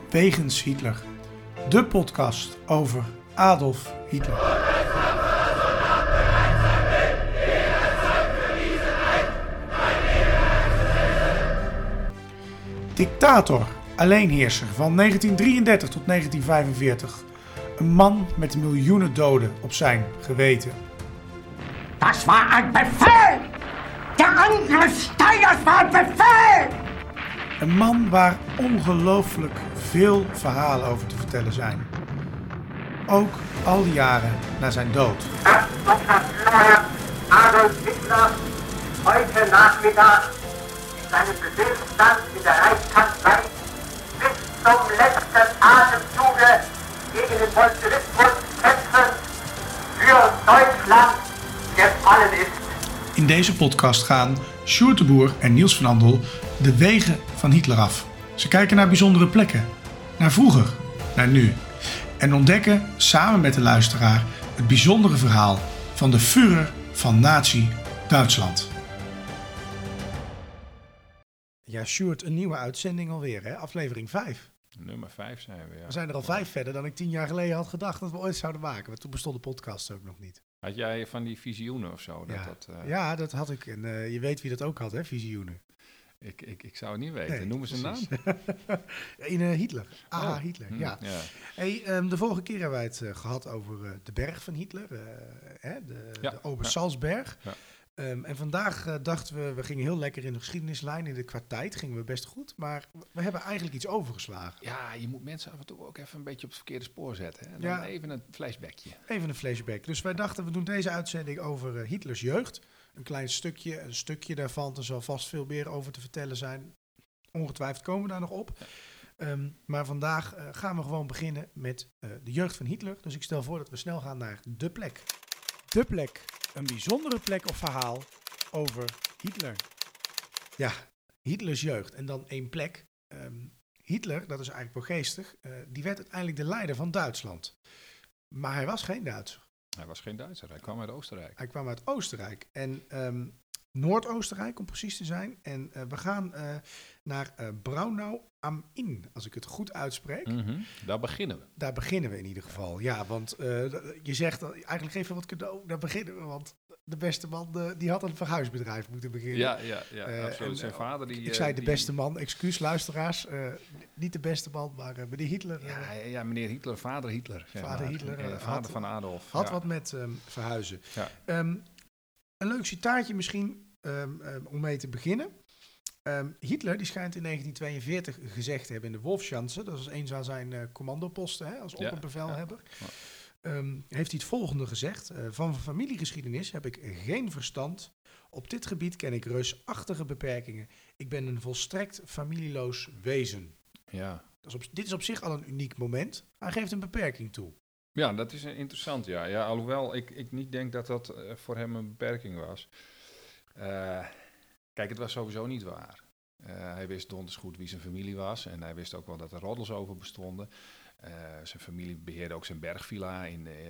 Wegens Hitler. De podcast over Adolf Hitler. Dictator, alleenheerser van 1933 tot 1945. Een man met miljoenen doden op zijn geweten. Das war ein Befehl! Der Angriff Steiners war ein Befehl! Een man waar ongelooflijk veel verhalen over te vertellen zijn. Ook al die jaren na zijn dood. Adolf Hitler heute Nachmittag in seinem Befehlsstand in der Reichskanzlei bis zum letzten Atemzuge gegen den Bolschewismus kämpfen für Deutschland gefallen ist. In deze podcast gaan Sjoerd de Boer en Niels van Andel de wegen van Hitler af. Ze kijken naar bijzondere plekken, naar vroeger, naar nu. En ontdekken samen met de luisteraar het bijzondere verhaal van de Führer van Nazi-Duitsland. Ja, Sjoerd, een nieuwe uitzending alweer, hè? Aflevering 5. Nummer 5 zijn we, ja. We zijn er al 5 verder dan ik 10 jaar geleden had gedacht dat we ooit zouden maken. Want toen bestond de podcast ook nog niet. Had jij van die visioenen of zo? Ja, dat had ik. En je weet wie dat ook had, hè? Visioenen. Ik zou het niet weten. Nee, Noem eens een naam. In Hitler. Hitler, ja. Ja. Hey, de vorige keer hebben wij het gehad over de berg van Hitler. De Obersalzberg. Ja. En vandaag dachten we gingen heel lekker in de geschiedenislijn. Qua tijd gingen we best goed. Maar we hebben eigenlijk iets overgeslagen. Ja, je moet mensen af en toe ook even een beetje op het verkeerde spoor zetten. Hè? En dan even een flashbackje. Even een flashback. Dus wij dachten, we doen deze uitzending over Hitlers jeugd. Een klein stukje, een stukje daarvan. Er zal vast veel meer over te vertellen zijn. Ongetwijfeld komen we daar nog op. Maar vandaag gaan we gewoon beginnen met de jeugd van Hitler. Dus ik stel voor dat we snel gaan naar de plek. De plek. Een bijzondere plek of verhaal over Hitler. Ja, Hitlers jeugd. En dan één plek. Hitler, dat is eigenlijk wel geestig, die werd uiteindelijk de leider van Duitsland. Maar hij was geen Duitser. Hij was geen Duitser, hij kwam uit Oostenrijk. Hij kwam uit Oostenrijk. En Noord-Oostenrijk, om precies te zijn. En we gaan naar Braunau am Inn, als ik het goed uitspreek. Mm-hmm. Daar beginnen we. Daar beginnen we in ieder geval. Ja, want je zegt, eigenlijk geef je wat cadeau. Daar beginnen we, want de beste man, die had een verhuisbedrijf moeten beginnen. Ja, absoluut. Zijn vader die... Ik zei de beste man, excuus luisteraars. Niet de beste man, maar meneer Hitler. Ja, meneer Hitler, vader Hitler. Vader Hitler. Vader van Adolf. Had wat met verhuizen. Ja. Een leuk citaatje misschien om mee te beginnen. Hitler die schijnt in 1942 gezegd te hebben in de Wolfschanze, dat is een van zijn commandoposten, hè, als opperbevelhebber. Heeft hij het volgende gezegd: van familiegeschiedenis heb ik geen verstand. Op dit gebied ken ik reusachtige beperkingen. Ik ben een volstrekt familieloos wezen. Ja. Dit is op zich al een uniek moment. Hij geeft een beperking toe. Ja, dat is interessant, ja. Alhoewel ik niet denk dat dat voor hem een beperking was. Kijk, het was sowieso niet waar. Hij wist donders goed wie zijn familie was. En hij wist ook wel dat er roddels over bestonden. Zijn familie beheerde ook zijn bergvilla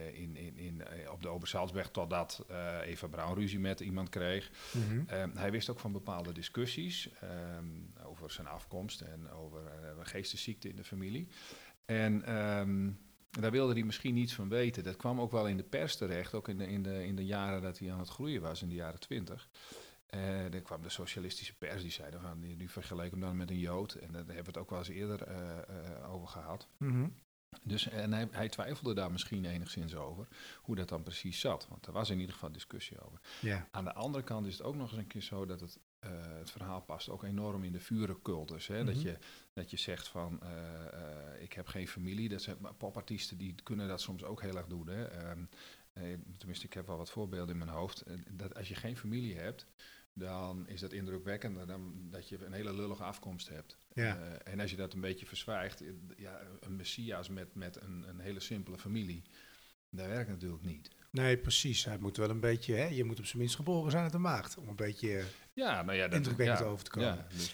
op de Obersalzberg, totdat Eva Braun ruzie met iemand kreeg. Mm-hmm. Hij wist ook van bepaalde discussies over zijn afkomst en over geestesziekte in de familie. En daar wilde hij misschien niets van weten. Dat kwam ook wel in de pers terecht, ook in de jaren dat hij aan het groeien was, in de jaren 20. Dan kwam de socialistische pers, die zeiden van, die vergeleek hem dan met een Jood. En daar hebben we het ook wel eens eerder over gehad. Mm-hmm. Dus, en hij twijfelde daar misschien enigszins over, hoe dat dan precies zat. Want er was in ieder geval discussie over. Yeah. Aan de andere kant is het ook nog eens een keer zo dat het verhaal past ook enorm in de Führercultus. Hè? Mm-hmm. Dat je zegt van, ik heb geen familie. Dat zijn popartiesten, die kunnen dat soms ook heel erg doen. Hè? Tenminste, ik heb wel wat voorbeelden in mijn hoofd. Dat als je geen familie hebt, dan is dat indrukwekkender dan dat je een hele lullige afkomst hebt. Ja. En als je dat een beetje verzwijgt, een messias met een hele simpele familie, dat werkt natuurlijk niet. Nee, precies. Hij moet wel een beetje, hè, je moet op zijn minst geboren zijn uit de maagd, om een beetje indrukwekkend over te komen. Ja, dus.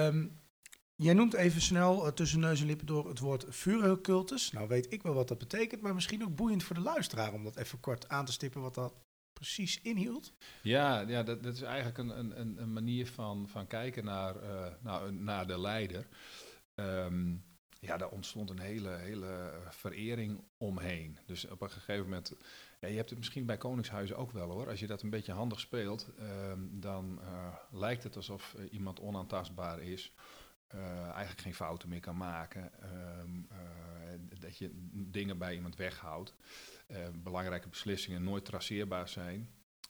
Jij noemt even snel tussen neus en lippen door het woord Führercultus. Nou weet ik wel wat dat betekent, maar misschien ook boeiend voor de luisteraar om dat even kort aan te stippen wat dat precies inhield. Ja, dat is eigenlijk een manier van kijken naar de leider. daar ontstond een hele verering omheen. Dus op een gegeven moment, je hebt het misschien bij koningshuizen ook wel hoor. Als je dat een beetje handig speelt, dan lijkt het alsof iemand onaantastbaar is. Eigenlijk geen fouten meer kan maken. Dat je dingen bij iemand weghoudt. Belangrijke beslissingen nooit traceerbaar zijn.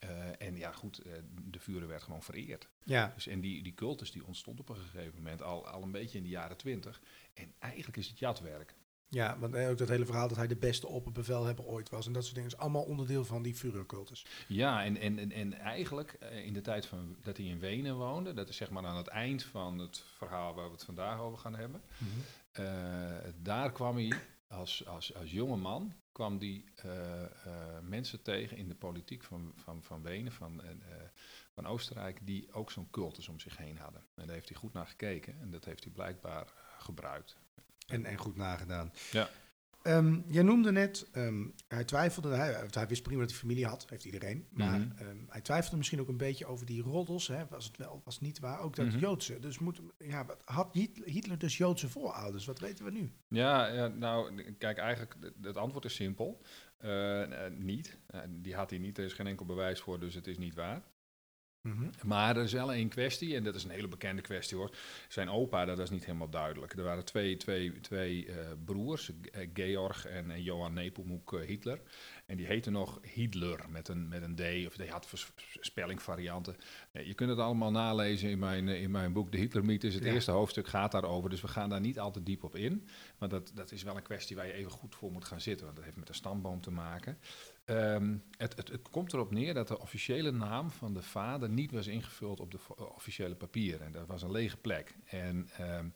De Führer werd gewoon vereerd. Ja. Dus, en die cultus die ontstond op een gegeven moment al een beetje in de jaren 20. En eigenlijk is het jatwerk. Ja, want ook dat hele verhaal dat hij de beste opperbevelhebber ooit was. En dat soort dingen is allemaal onderdeel van die Führercultus. Ja, en eigenlijk in de tijd dat hij in Wenen woonde, dat is zeg maar aan het eind van het verhaal waar we het vandaag over gaan hebben. Daar kwam hij als jonge man, kwam die mensen tegen in de politiek van Wenen, van Oostenrijk, die ook zo'n cultus om zich heen hadden. En daar heeft hij goed naar gekeken en dat heeft hij blijkbaar gebruikt. En goed nagedaan. Ja. Jij noemde net, hij twijfelde, hij wist prima dat hij familie had, heeft iedereen. Maar hij twijfelde misschien ook een beetje over die roddels. Hè, was het wel, was niet waar. Ook dat Joodse. Dus had Hitler dus Joodse voorouders? Wat weten we nu? Ja, nou, kijk, eigenlijk, het antwoord is simpel. Niet. Die had hij niet, er is geen enkel bewijs voor, dus het is niet waar. Maar er is wel één kwestie, en dat is een hele bekende kwestie hoor. Zijn opa, dat is niet helemaal duidelijk. Er waren twee broers, Georg en Johann Nepomuk Hitler. En die heten nog Hitler met een D, of die had spellingvarianten. Je kunt het allemaal nalezen in mijn boek De Hitlermythes. Het eerste hoofdstuk gaat daarover, dus we gaan daar niet al te diep op in. Maar dat is wel een kwestie waar je even goed voor moet gaan zitten, want dat heeft met de stamboom te maken. Het komt erop neer dat de officiële naam van de vader niet was ingevuld op de officiële papieren. En dat was een lege plek. En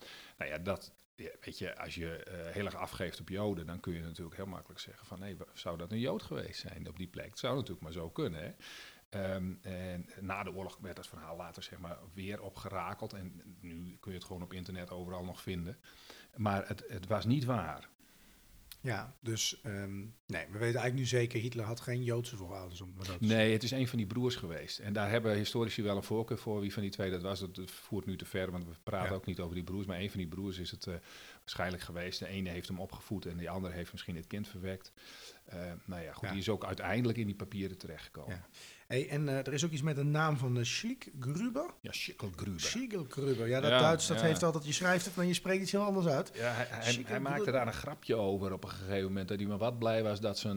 weet je, als je heel erg afgeeft op Joden, dan kun je natuurlijk heel makkelijk zeggen van, nee, zou dat een Jood geweest zijn op die plek? Het zou natuurlijk maar zo kunnen, hè. En na de oorlog werd dat verhaal later zeg maar weer opgerakeld. En nu kun je het gewoon op internet overal nog vinden. Maar het was niet waar. Ja, dus we weten eigenlijk nu zeker, Hitler had geen Joodse voorouders. Nee, het is een van die broers geweest. En daar hebben historici wel een voorkeur voor wie van die twee dat was. Dat voert nu te ver, want we praten ook niet over die broers. Maar een van die broers is het waarschijnlijk geweest. De ene heeft hem opgevoed en de andere heeft misschien het kind verwekt. Die is ook uiteindelijk in die papieren terechtgekomen. Ja. Hey, en er is ook iets met een naam van Schicklgruber. Ja, Schicklgruber. Schicklgruber. Ja, dat Duits, dat heeft altijd, je schrijft het, maar je spreekt iets heel anders uit. Ja, hij maakte daar een grapje over op een gegeven moment. Dat hij maar wat blij was dat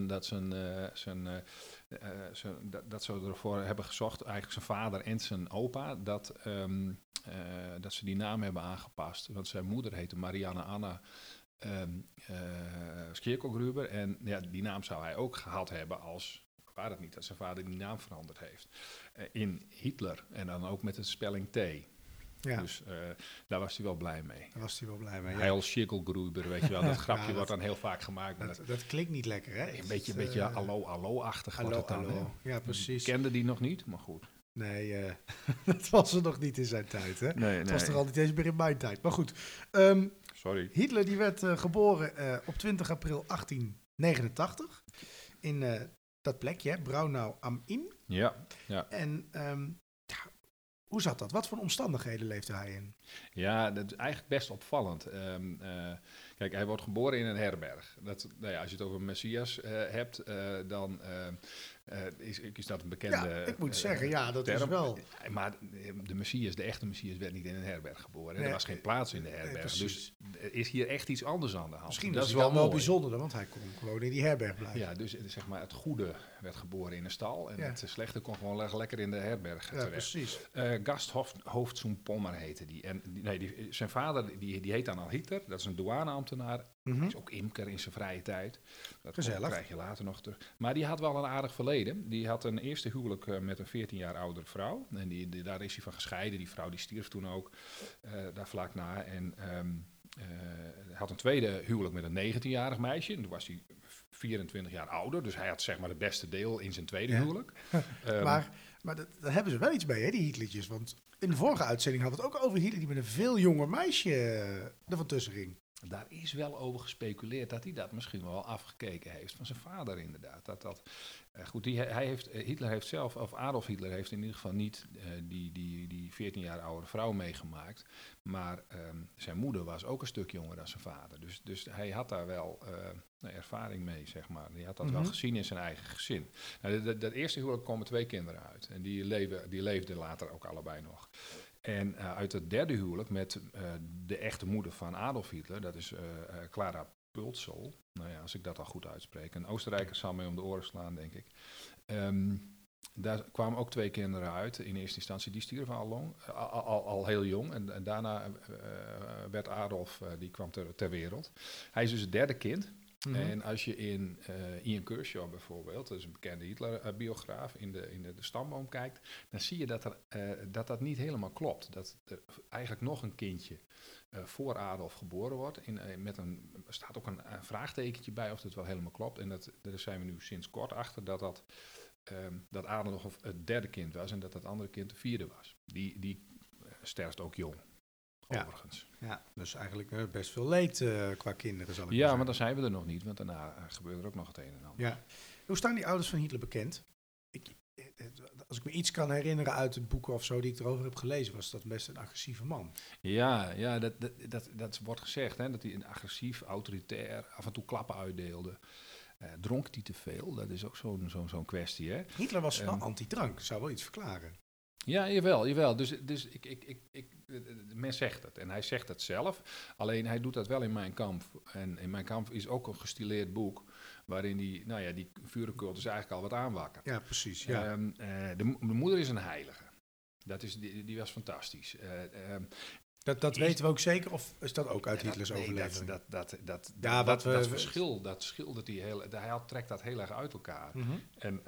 ze ervoor hebben gezocht, eigenlijk zijn vader en zijn opa, dat ze die naam hebben aangepast. Want zijn moeder heette Marianne Anna Schicklgruber. En ja, die naam zou hij ook gehad hebben als... Waar het niet dat zijn vader die naam veranderd heeft. In Hitler. En dan ook met de spelling T. Ja. Dus daar was hij wel blij mee. Daar was hij wel blij mee, ja. Heil Schicklgruber, weet je wel. Dat grapje wordt dan heel vaak gemaakt. Maar dat klinkt niet lekker, hè? Een beetje allo-achtig wordt het dan. Hallo. Ja, precies. Ik kende die nog niet, maar goed. Nee, dat was er nog niet in zijn tijd, hè? Nee. Het was er al niet eens meer in mijn tijd. Maar goed. Sorry. Hitler die werd geboren op 20 april 1889 in... dat plekje, Braunau am Inn. Ja. En hoe zat dat? Wat voor omstandigheden leefde hij in? Ja, dat is eigenlijk best opvallend. Kijk, hij wordt geboren in een herberg. Als je het over Messias hebt, dan is dat een bekende Ja, ik moet zeggen, dat term. is wel. Maar de echte Messias werd niet in een herberg geboren. Nee, er was geen plaats in de herberg. Dus er is hier echt iets anders aan de hand. Misschien dat is wel bijzonder, want hij kon gewoon in die herberg blijven. Ja, dus zeg maar het goede werd geboren in een stal en het slechte kon gewoon lekker in de herberg terecht. Precies. Gasthoofd zum Pommer heette die. En zijn vader die heet dan al Hitler, dat is een douaneambtenaar. Hij is ook imker in zijn vrije tijd. Dat krijg je later nog terug. Maar die had wel een aardig verleden. Die had een eerste huwelijk met een 14 jaar oudere vrouw. En daar is hij van gescheiden. Die vrouw die stierf toen ook daar vlak na. En hij had een tweede huwelijk met een 19-jarig meisje. En toen was hij 24 jaar ouder. Dus hij had zeg maar het beste deel in zijn tweede huwelijk. Maar daar hebben ze wel iets mee, hè, die Hitlertjes. Want in de vorige uitzending hadden we het ook over Hitler die met een veel jonger meisje ervan tussen ging. Daar is wel over gespeculeerd dat hij dat misschien wel afgekeken heeft van zijn vader inderdaad. Goed, Hitler heeft zelf, of Adolf Hitler heeft in ieder geval niet die 14 jaar oude vrouw meegemaakt. Maar zijn moeder was ook een stuk jonger dan zijn vader. Dus hij had daar wel ervaring mee, zeg maar. Die had dat wel gezien in zijn eigen gezin. Nou, dat eerste huwelijk komen 2 kinderen uit. En die leefden later ook allebei nog. En uit het derde huwelijk met de echte moeder van Adolf Hitler, dat is Clara Pölzl. Nou ja, als ik dat al goed uitspreek. Een Oostenrijker zal mij om de oren slaan, denk ik. Daar kwamen ook 2 kinderen uit. In eerste instantie, die stierven al heel jong. En daarna werd Adolf, die kwam ter wereld. Hij is dus het derde kind. En als je in Ian Kershaw bijvoorbeeld, dat is een bekende Hitler-biograaf, in de stamboom kijkt, dan zie je dat niet helemaal klopt. Dat er eigenlijk nog een kindje voor Adolf geboren wordt. Er staat ook een vraagtekentje bij of dat wel helemaal klopt. En daar zijn we nu sinds kort achter dat Adolf het derde kind was en dat het andere kind de vierde was. Die sterft ook jong. Overigens. Ja, dus eigenlijk best veel leed qua kinderen, zal ik Ja, maar dan zijn we er nog niet, want daarna gebeurt er ook nog het een en ander. Ja. Hoe staan die ouders van Hitler bekend? Als ik me iets kan herinneren uit de boeken of zo die ik erover heb gelezen, was dat best een agressieve man. Ja, dat wordt gezegd, hè, dat hij een agressief, autoritair, af en toe klappen uitdeelde. Dronk hij te veel? Dat is ook zo'n kwestie, hè? Hitler was wel anti-drank, zou wel iets verklaren. Ja, jawel. Dus men zegt het. En hij zegt het zelf. Alleen hij doet dat wel in Mein Kampf. En in Mein Kampf is ook een gestileerd boek waarin die vurencultus eigenlijk al wat aanwakkert. Ja, precies. Ja. De moeder is een heilige. Die was fantastisch. Dat weten we ook zeker, of is dat ook uit Hitlers overlevering? Dat verschil dat hij trekt dat heel erg uit elkaar. Mm-hmm. En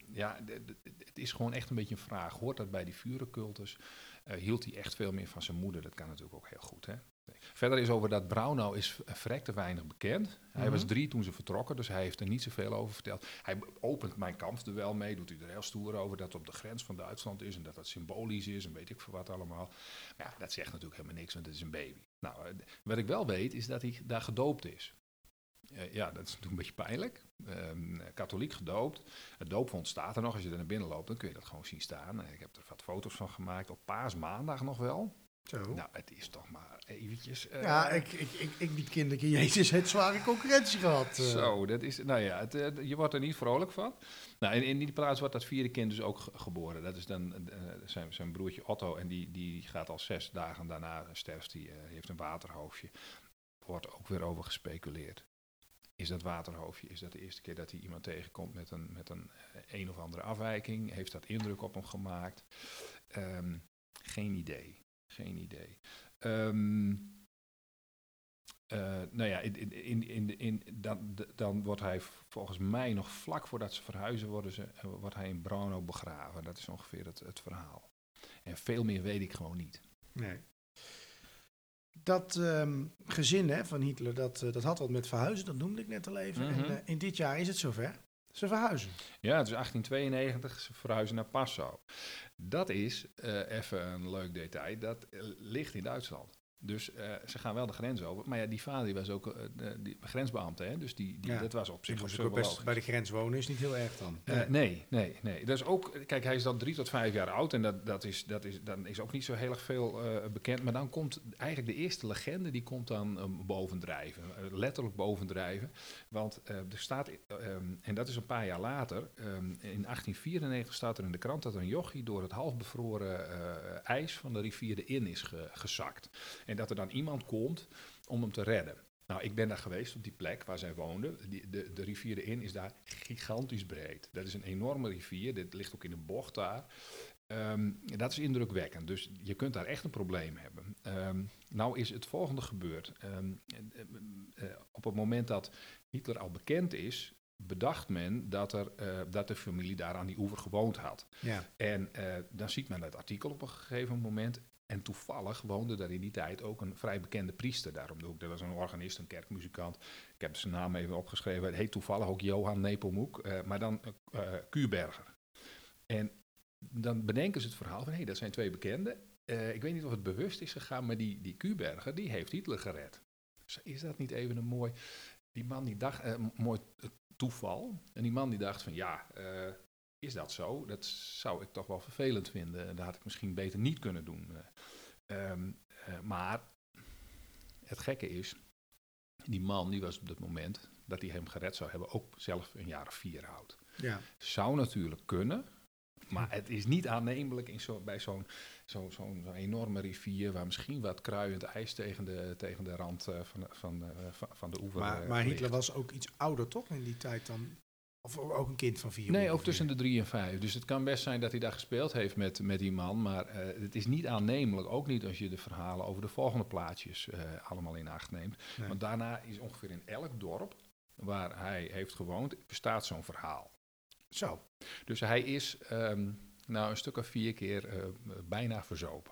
het is gewoon echt een beetje een vraag. Hoort dat bij die vurencultus? Hield hij echt veel meer van zijn moeder? Dat kan natuurlijk ook heel goed, hè? Verder is over dat Braunau is verrekte weinig bekend. Hij was 3 toen ze vertrokken, dus hij heeft er niet zoveel over verteld. Hij opent Mein Kampf er wel mee, doet hij er heel stoer over dat het op de grens van Duitsland is en dat dat symbolisch is en weet ik veel wat allemaal. Maar ja, dat zegt natuurlijk helemaal niks, want het is een baby. Nou, wat ik wel weet is dat hij daar gedoopt is. Ja, dat is natuurlijk een beetje pijnlijk. Katholiek gedoopt. Het doopvond staat er nog. Als je er naar binnen loopt, dan kun je dat gewoon zien staan. Ik heb er wat foto's van gemaakt. Op Paasmaandag nog wel. Zo. Nou, het is toch maar eventjes... ja, ik die kinderke Jezus heeft zware concurrentie gehad. Zo, dat is... Nou ja, je wordt er niet vrolijk van. Nou, in die plaats wordt dat vierde kind dus ook geboren. Dat is dan zijn broertje Otto. En die gaat al 6 dagen daarna sterft hij. Heeft een waterhoofdje. Wordt ook weer over gespeculeerd. Is dat waterhoofdje, is dat de eerste keer dat hij iemand tegenkomt met een of andere afwijking? Heeft dat indruk op hem gemaakt? Geen idee. Nou ja, dan wordt hij volgens mij nog vlak voordat ze verhuizen, wordt hij in Braunau begraven. Dat is ongeveer het verhaal. En veel meer weet ik gewoon niet. Nee. Dat gezin van Hitler, dat had wat met verhuizen, dat noemde ik net al even. Mm-hmm. En in dit jaar is het zover. Ze verhuizen. Ja, het is 1892, ze verhuizen naar Passau. Dat is, even een leuk detail, dat ligt in Duitsland. Dus ze gaan wel de grens over. Maar ja, die vader die was ook grensbeambte, hè? Dus dat was op zich ook best bij de grens wonen is niet heel erg dan. Nee. Dat is ook, kijk, hij is dan 3 tot 5 jaar oud en dan is ook niet zo heel erg veel bekend. Maar dan komt eigenlijk de eerste legende, die komt dan bovendrijven. Letterlijk bovendrijven. Want er staat, en dat is een paar jaar later, in 1894 staat er in de krant dat een jochie door het halfbevroren ijs van de rivier de Inn is gezakt. En dat er dan iemand komt om hem te redden. Nou, ik ben daar geweest op die plek waar zij woonden. De rivier de Inn is daar gigantisch breed. Dat is een enorme rivier. Dit ligt ook in een bocht daar. Dat is indrukwekkend. Dus je kunt daar echt een probleem hebben. Nou is het volgende gebeurd. Op het moment dat Hitler al bekend is, bedacht men dat de familie daar aan die oever gewoond had. Ja. En dan ziet men dat artikel op een gegeven moment. En toevallig woonde daar in die tijd ook een vrij bekende priester. Daarom doe ik, dat was een organist, een kerkmuzikant. Ik heb zijn naam even opgeschreven. Het heet toevallig ook Johan Nepomuk, maar dan Kuurberger. En dan bedenken ze het verhaal van, dat zijn 2 bekenden. Ik weet niet of het bewust is gegaan, maar die Kuurberger, die heeft Hitler gered. Is dat niet even een mooi... Die man die dacht, mooi toeval. En die man die dacht van, is dat zo? Dat zou ik toch wel vervelend vinden. Dat had ik misschien beter niet kunnen doen. Maar het gekke is, die man die was op het moment dat hij hem gered zou hebben ook zelf een jaar of 4 oud. Ja. Zou natuurlijk kunnen, maar het is niet aannemelijk bij zo'n enorme rivier waar misschien wat kruiend ijs tegen de rand van de oever Maar Hitler was ook iets ouder toch in die tijd dan? Of ook een kind van 4? Nee, ook tussen de 3 en 5. Dus het kan best zijn dat hij daar gespeeld heeft met die man. Maar het is niet aannemelijk. Ook niet als je de verhalen over de volgende plaatjes allemaal in acht neemt. Nee. Want daarna is ongeveer in elk dorp waar hij heeft gewoond, bestaat zo'n verhaal. Zo. Dus hij is een stuk of 4 keer bijna verzopen.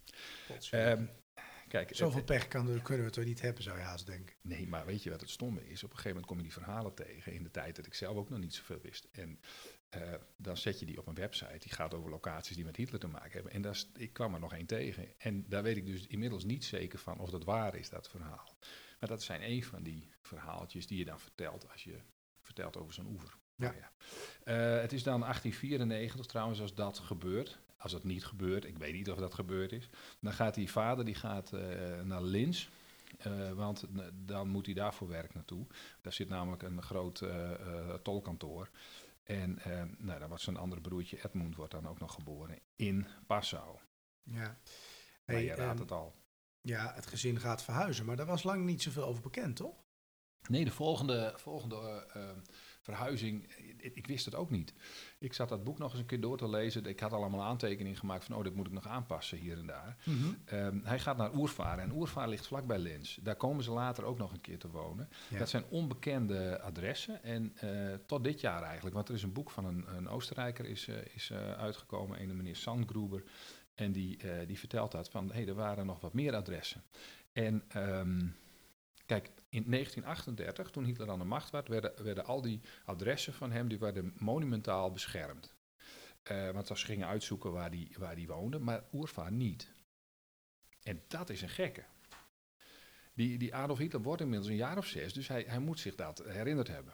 Kijk, zoveel pech kunnen we toch niet hebben, zou je haast denken. Nee, maar weet je wat het stomme is? Op een gegeven moment kom je die verhalen tegen in de tijd dat ik zelf ook nog niet zoveel wist. En dan zet je die op een website, die gaat over locaties die met Hitler te maken hebben. En ik kwam er nog één tegen. En daar weet ik dus inmiddels niet zeker van of dat waar is, dat verhaal. Maar dat zijn een van die verhaaltjes die je dan vertelt als je vertelt over zo'n oever. Ja. Nou ja. Het is dan 1894 trouwens als dat gebeurt. Als dat niet gebeurt, ik weet niet of dat gebeurd is, dan gaat die vader naar Linz, want dan moet hij daar voor werk naartoe. Daar zit namelijk een groot tolkantoor. En dan wordt zijn andere broertje Edmund wordt dan ook nog geboren in Passau. Ja. Maar je raadt het al. Ja, het gezin gaat verhuizen, maar daar was lang niet zoveel over bekend, toch? Nee, de volgende verhuizing, ik wist het ook niet. Ik zat dat boek nog eens een keer door te lezen. Ik had allemaal aantekeningen gemaakt van, dit moet ik nog aanpassen hier en daar. Mm-hmm. Hij gaat naar Urfahr en Urfahr ligt vlakbij Linz. Daar komen ze later ook nog een keer te wonen. Ja. Dat zijn onbekende adressen en tot dit jaar eigenlijk. Want er is een boek van een Oostenrijker is uitgekomen, een meneer Sandgruber. En die vertelt dat van, er waren nog wat meer adressen. En... Kijk, in 1938, toen Hitler aan de macht was, werden al die adressen van hem die werden monumentaal beschermd. Want ze gingen uitzoeken waar die woonde, maar Urfahr niet. En dat is een gekke. Die Adolf Hitler wordt inmiddels een jaar of 6, dus hij moet zich dat herinnerd hebben.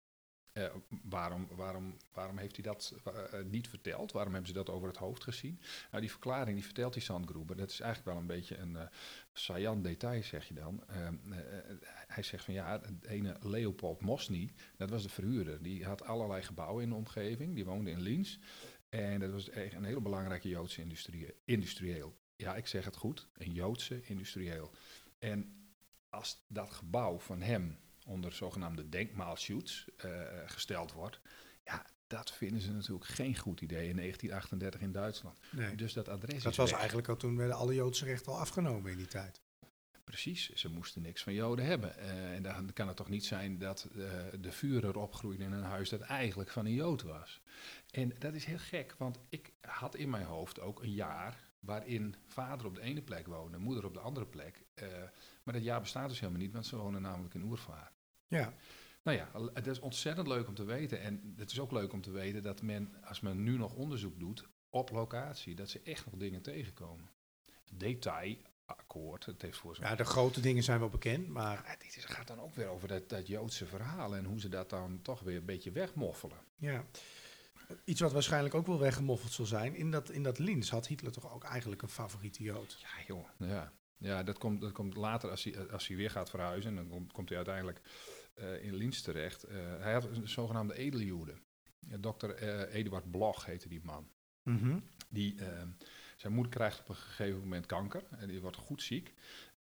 Waarom heeft hij dat niet verteld? Waarom hebben ze dat over het hoofd gezien? Nou, die verklaring die vertelt die Sandgruber. Dat is eigenlijk wel een beetje een saillant detail, zeg je dan. Hij zegt van het ene Leopold Mosny, dat was de verhuurder. Die had allerlei gebouwen in de omgeving. Die woonde in Linz. En dat was een hele belangrijke Joodse industrieel. Ja, ik zeg het goed. Een Joodse industrieel. En als dat gebouw van hem onder zogenaamde denkmaalschutz gesteld wordt. Ja, dat vinden ze natuurlijk geen goed idee in 1938 in Duitsland. Nee. Dus dat adres dat was weg. Eigenlijk al toen werden alle Joodse rechten al afgenomen in die tijd. Precies, ze moesten niks van Joden hebben. En dan kan het toch niet zijn dat de Führer opgroeide in een huis dat eigenlijk van een Jood was. En dat is heel gek, want ik had in mijn hoofd ook een jaar waarin vader op de ene plek woonde, moeder op de andere plek. Maar dat jaar bestaat dus helemaal niet, want ze wonen namelijk in Urfahr. Ja. Nou ja, het is ontzettend leuk om te weten. En het is ook leuk om te weten dat als men nu nog onderzoek doet op locatie, dat ze echt nog dingen tegenkomen. Detailakkoord, het heeft voor zo'n... Ja, de grote dingen zijn wel bekend, maar... Ja, dit gaat dan ook weer over dat Joodse verhaal en hoe ze dat dan toch weer een beetje wegmoffelen. Ja. Iets wat waarschijnlijk ook wel weggemoffeld zal zijn. In dat Linz had Hitler toch ook eigenlijk een favoriete Jood? Ja, joh. Ja, dat komt later als hij weer gaat verhuizen. En dan komt hij uiteindelijk in Linz terecht. Hij had een zogenaamde edeljude. Dr. Eduard Bloch heette die man. Mm-hmm. Zijn moeder krijgt op een gegeven moment kanker. En die wordt goed ziek.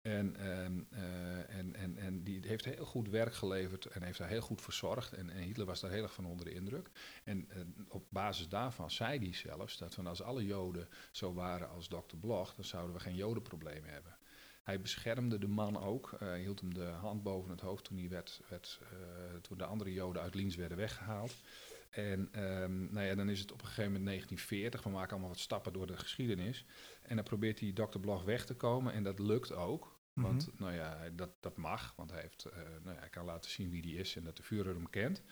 En die heeft heel goed werk geleverd en heeft haar heel goed verzorgd. En Hitler was daar heel erg van onder de indruk. En op basis daarvan zei hij zelfs dat als alle Joden zo waren als Dr. Bloch, dan zouden we geen Jodenprobleem hebben. Hij beschermde de man ook. Hield hem de hand boven het hoofd toen de andere Joden uit Linz werden weggehaald. En dan is het op een gegeven moment 1940. We maken allemaal wat stappen door de geschiedenis. En dan probeert hij Dr. Bloch weg te komen. En dat lukt ook. Mm-hmm. Want dat mag. Want hij kan laten zien wie die is en dat de Führer hem kent.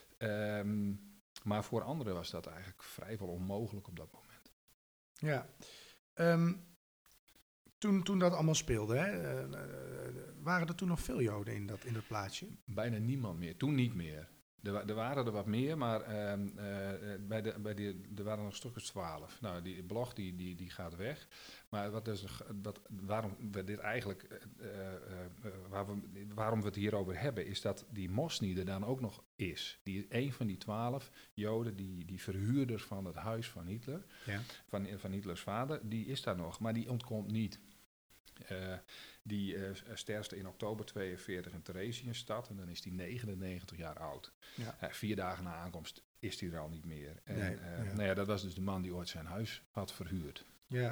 Maar voor anderen was dat eigenlijk vrijwel onmogelijk op dat moment. Ja. Toen dat allemaal speelde, hè, waren er toen nog veel Joden in dat plaatje? Bijna niemand meer. Toen niet meer. Er waren er wat meer, maar er waren nog stukken 12. Nou, die blog die gaat weg. Maar waarom we dit eigenlijk, waarom we het hierover hebben, is dat die Mosny er dan ook nog is. Die een van die 12 Joden, die verhuurder van het huis van Hitler, van Hitlers vader, die is daar nog, maar die ontkomt niet. Die sterfte in oktober 42 in Theresienstadt en dan is hij 99 jaar oud. Ja. 4 dagen na aankomst is hij er al niet meer. En, Nou ja, dat was dus de man die ooit zijn huis had verhuurd. Ja.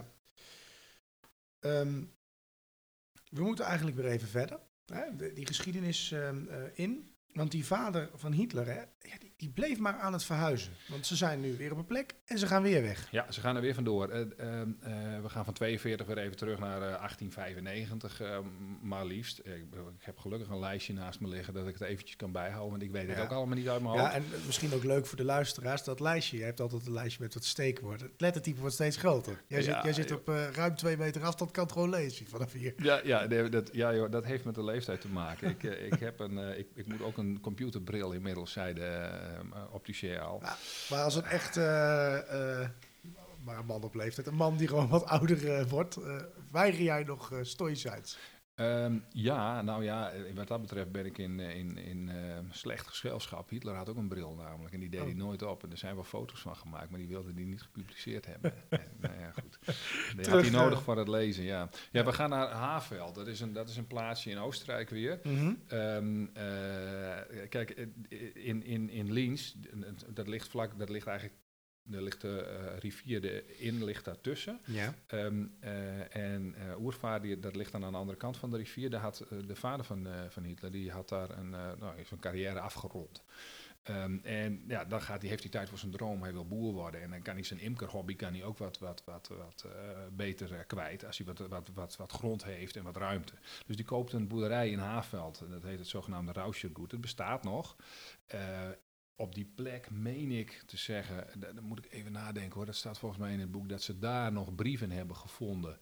We moeten eigenlijk weer even verder. Hè? Die geschiedenis in. Want die vader van Hitler, hè, die bleef maar aan het verhuizen. Want ze zijn nu weer op een plek en ze gaan weer weg. Ja, ze gaan er weer vandoor. We gaan van 42 weer even terug naar 1895, maar liefst. Ik heb gelukkig een lijstje naast me liggen dat ik het eventjes kan bijhouden. Want ik weet het ook allemaal niet uit mijn hoofd. Ja, en misschien ook leuk voor de luisteraars, dat lijstje. Je hebt altijd een lijstje met wat steekwoorden. Het lettertype wordt steeds groter. Jij zit op ruim 2 meter afstand, kan het gewoon lezen vanaf hier. Dat heeft met de leeftijd te maken. Ik moet ook een computerbril inmiddels, zei de opticien al. Ja, maar als een echt maar een man op leeftijd, een man die gewoon wat ouder wordt, weiger jij nog stoïcijns? Wat dat betreft ben ik in slecht gezelschap. Hitler had ook een bril namelijk en die deed hij nooit op. En er zijn wel foto's van gemaakt, maar die wilde hij niet gepubliceerd hebben. Goed. Die had hij nodig voor het lezen, ja. We gaan naar Haveld. Dat is een plaatsje in Oostenrijk weer. Mm-hmm. Kijk, in Linz, dat ligt eigenlijk... Er ligt de rivier, de Inn ligt daartussen. Ja. Oervaar, dat ligt dan aan de andere kant van de rivier. Daar had de vader van Hitler, die had daar zijn carrière afgerond. Dan heeft hij tijd voor zijn droom. Hij wil boer worden. En dan kan hij zijn imkerhobby ook wat beter kwijt. Als hij wat grond heeft en wat ruimte. Dus die koopt een boerderij in Haveld. Dat heet het zogenaamde Rauschergut. Het bestaat nog. Op die plek meen ik te zeggen, dan moet ik even nadenken hoor, dat staat volgens mij in het boek, dat ze daar nog brieven hebben gevonden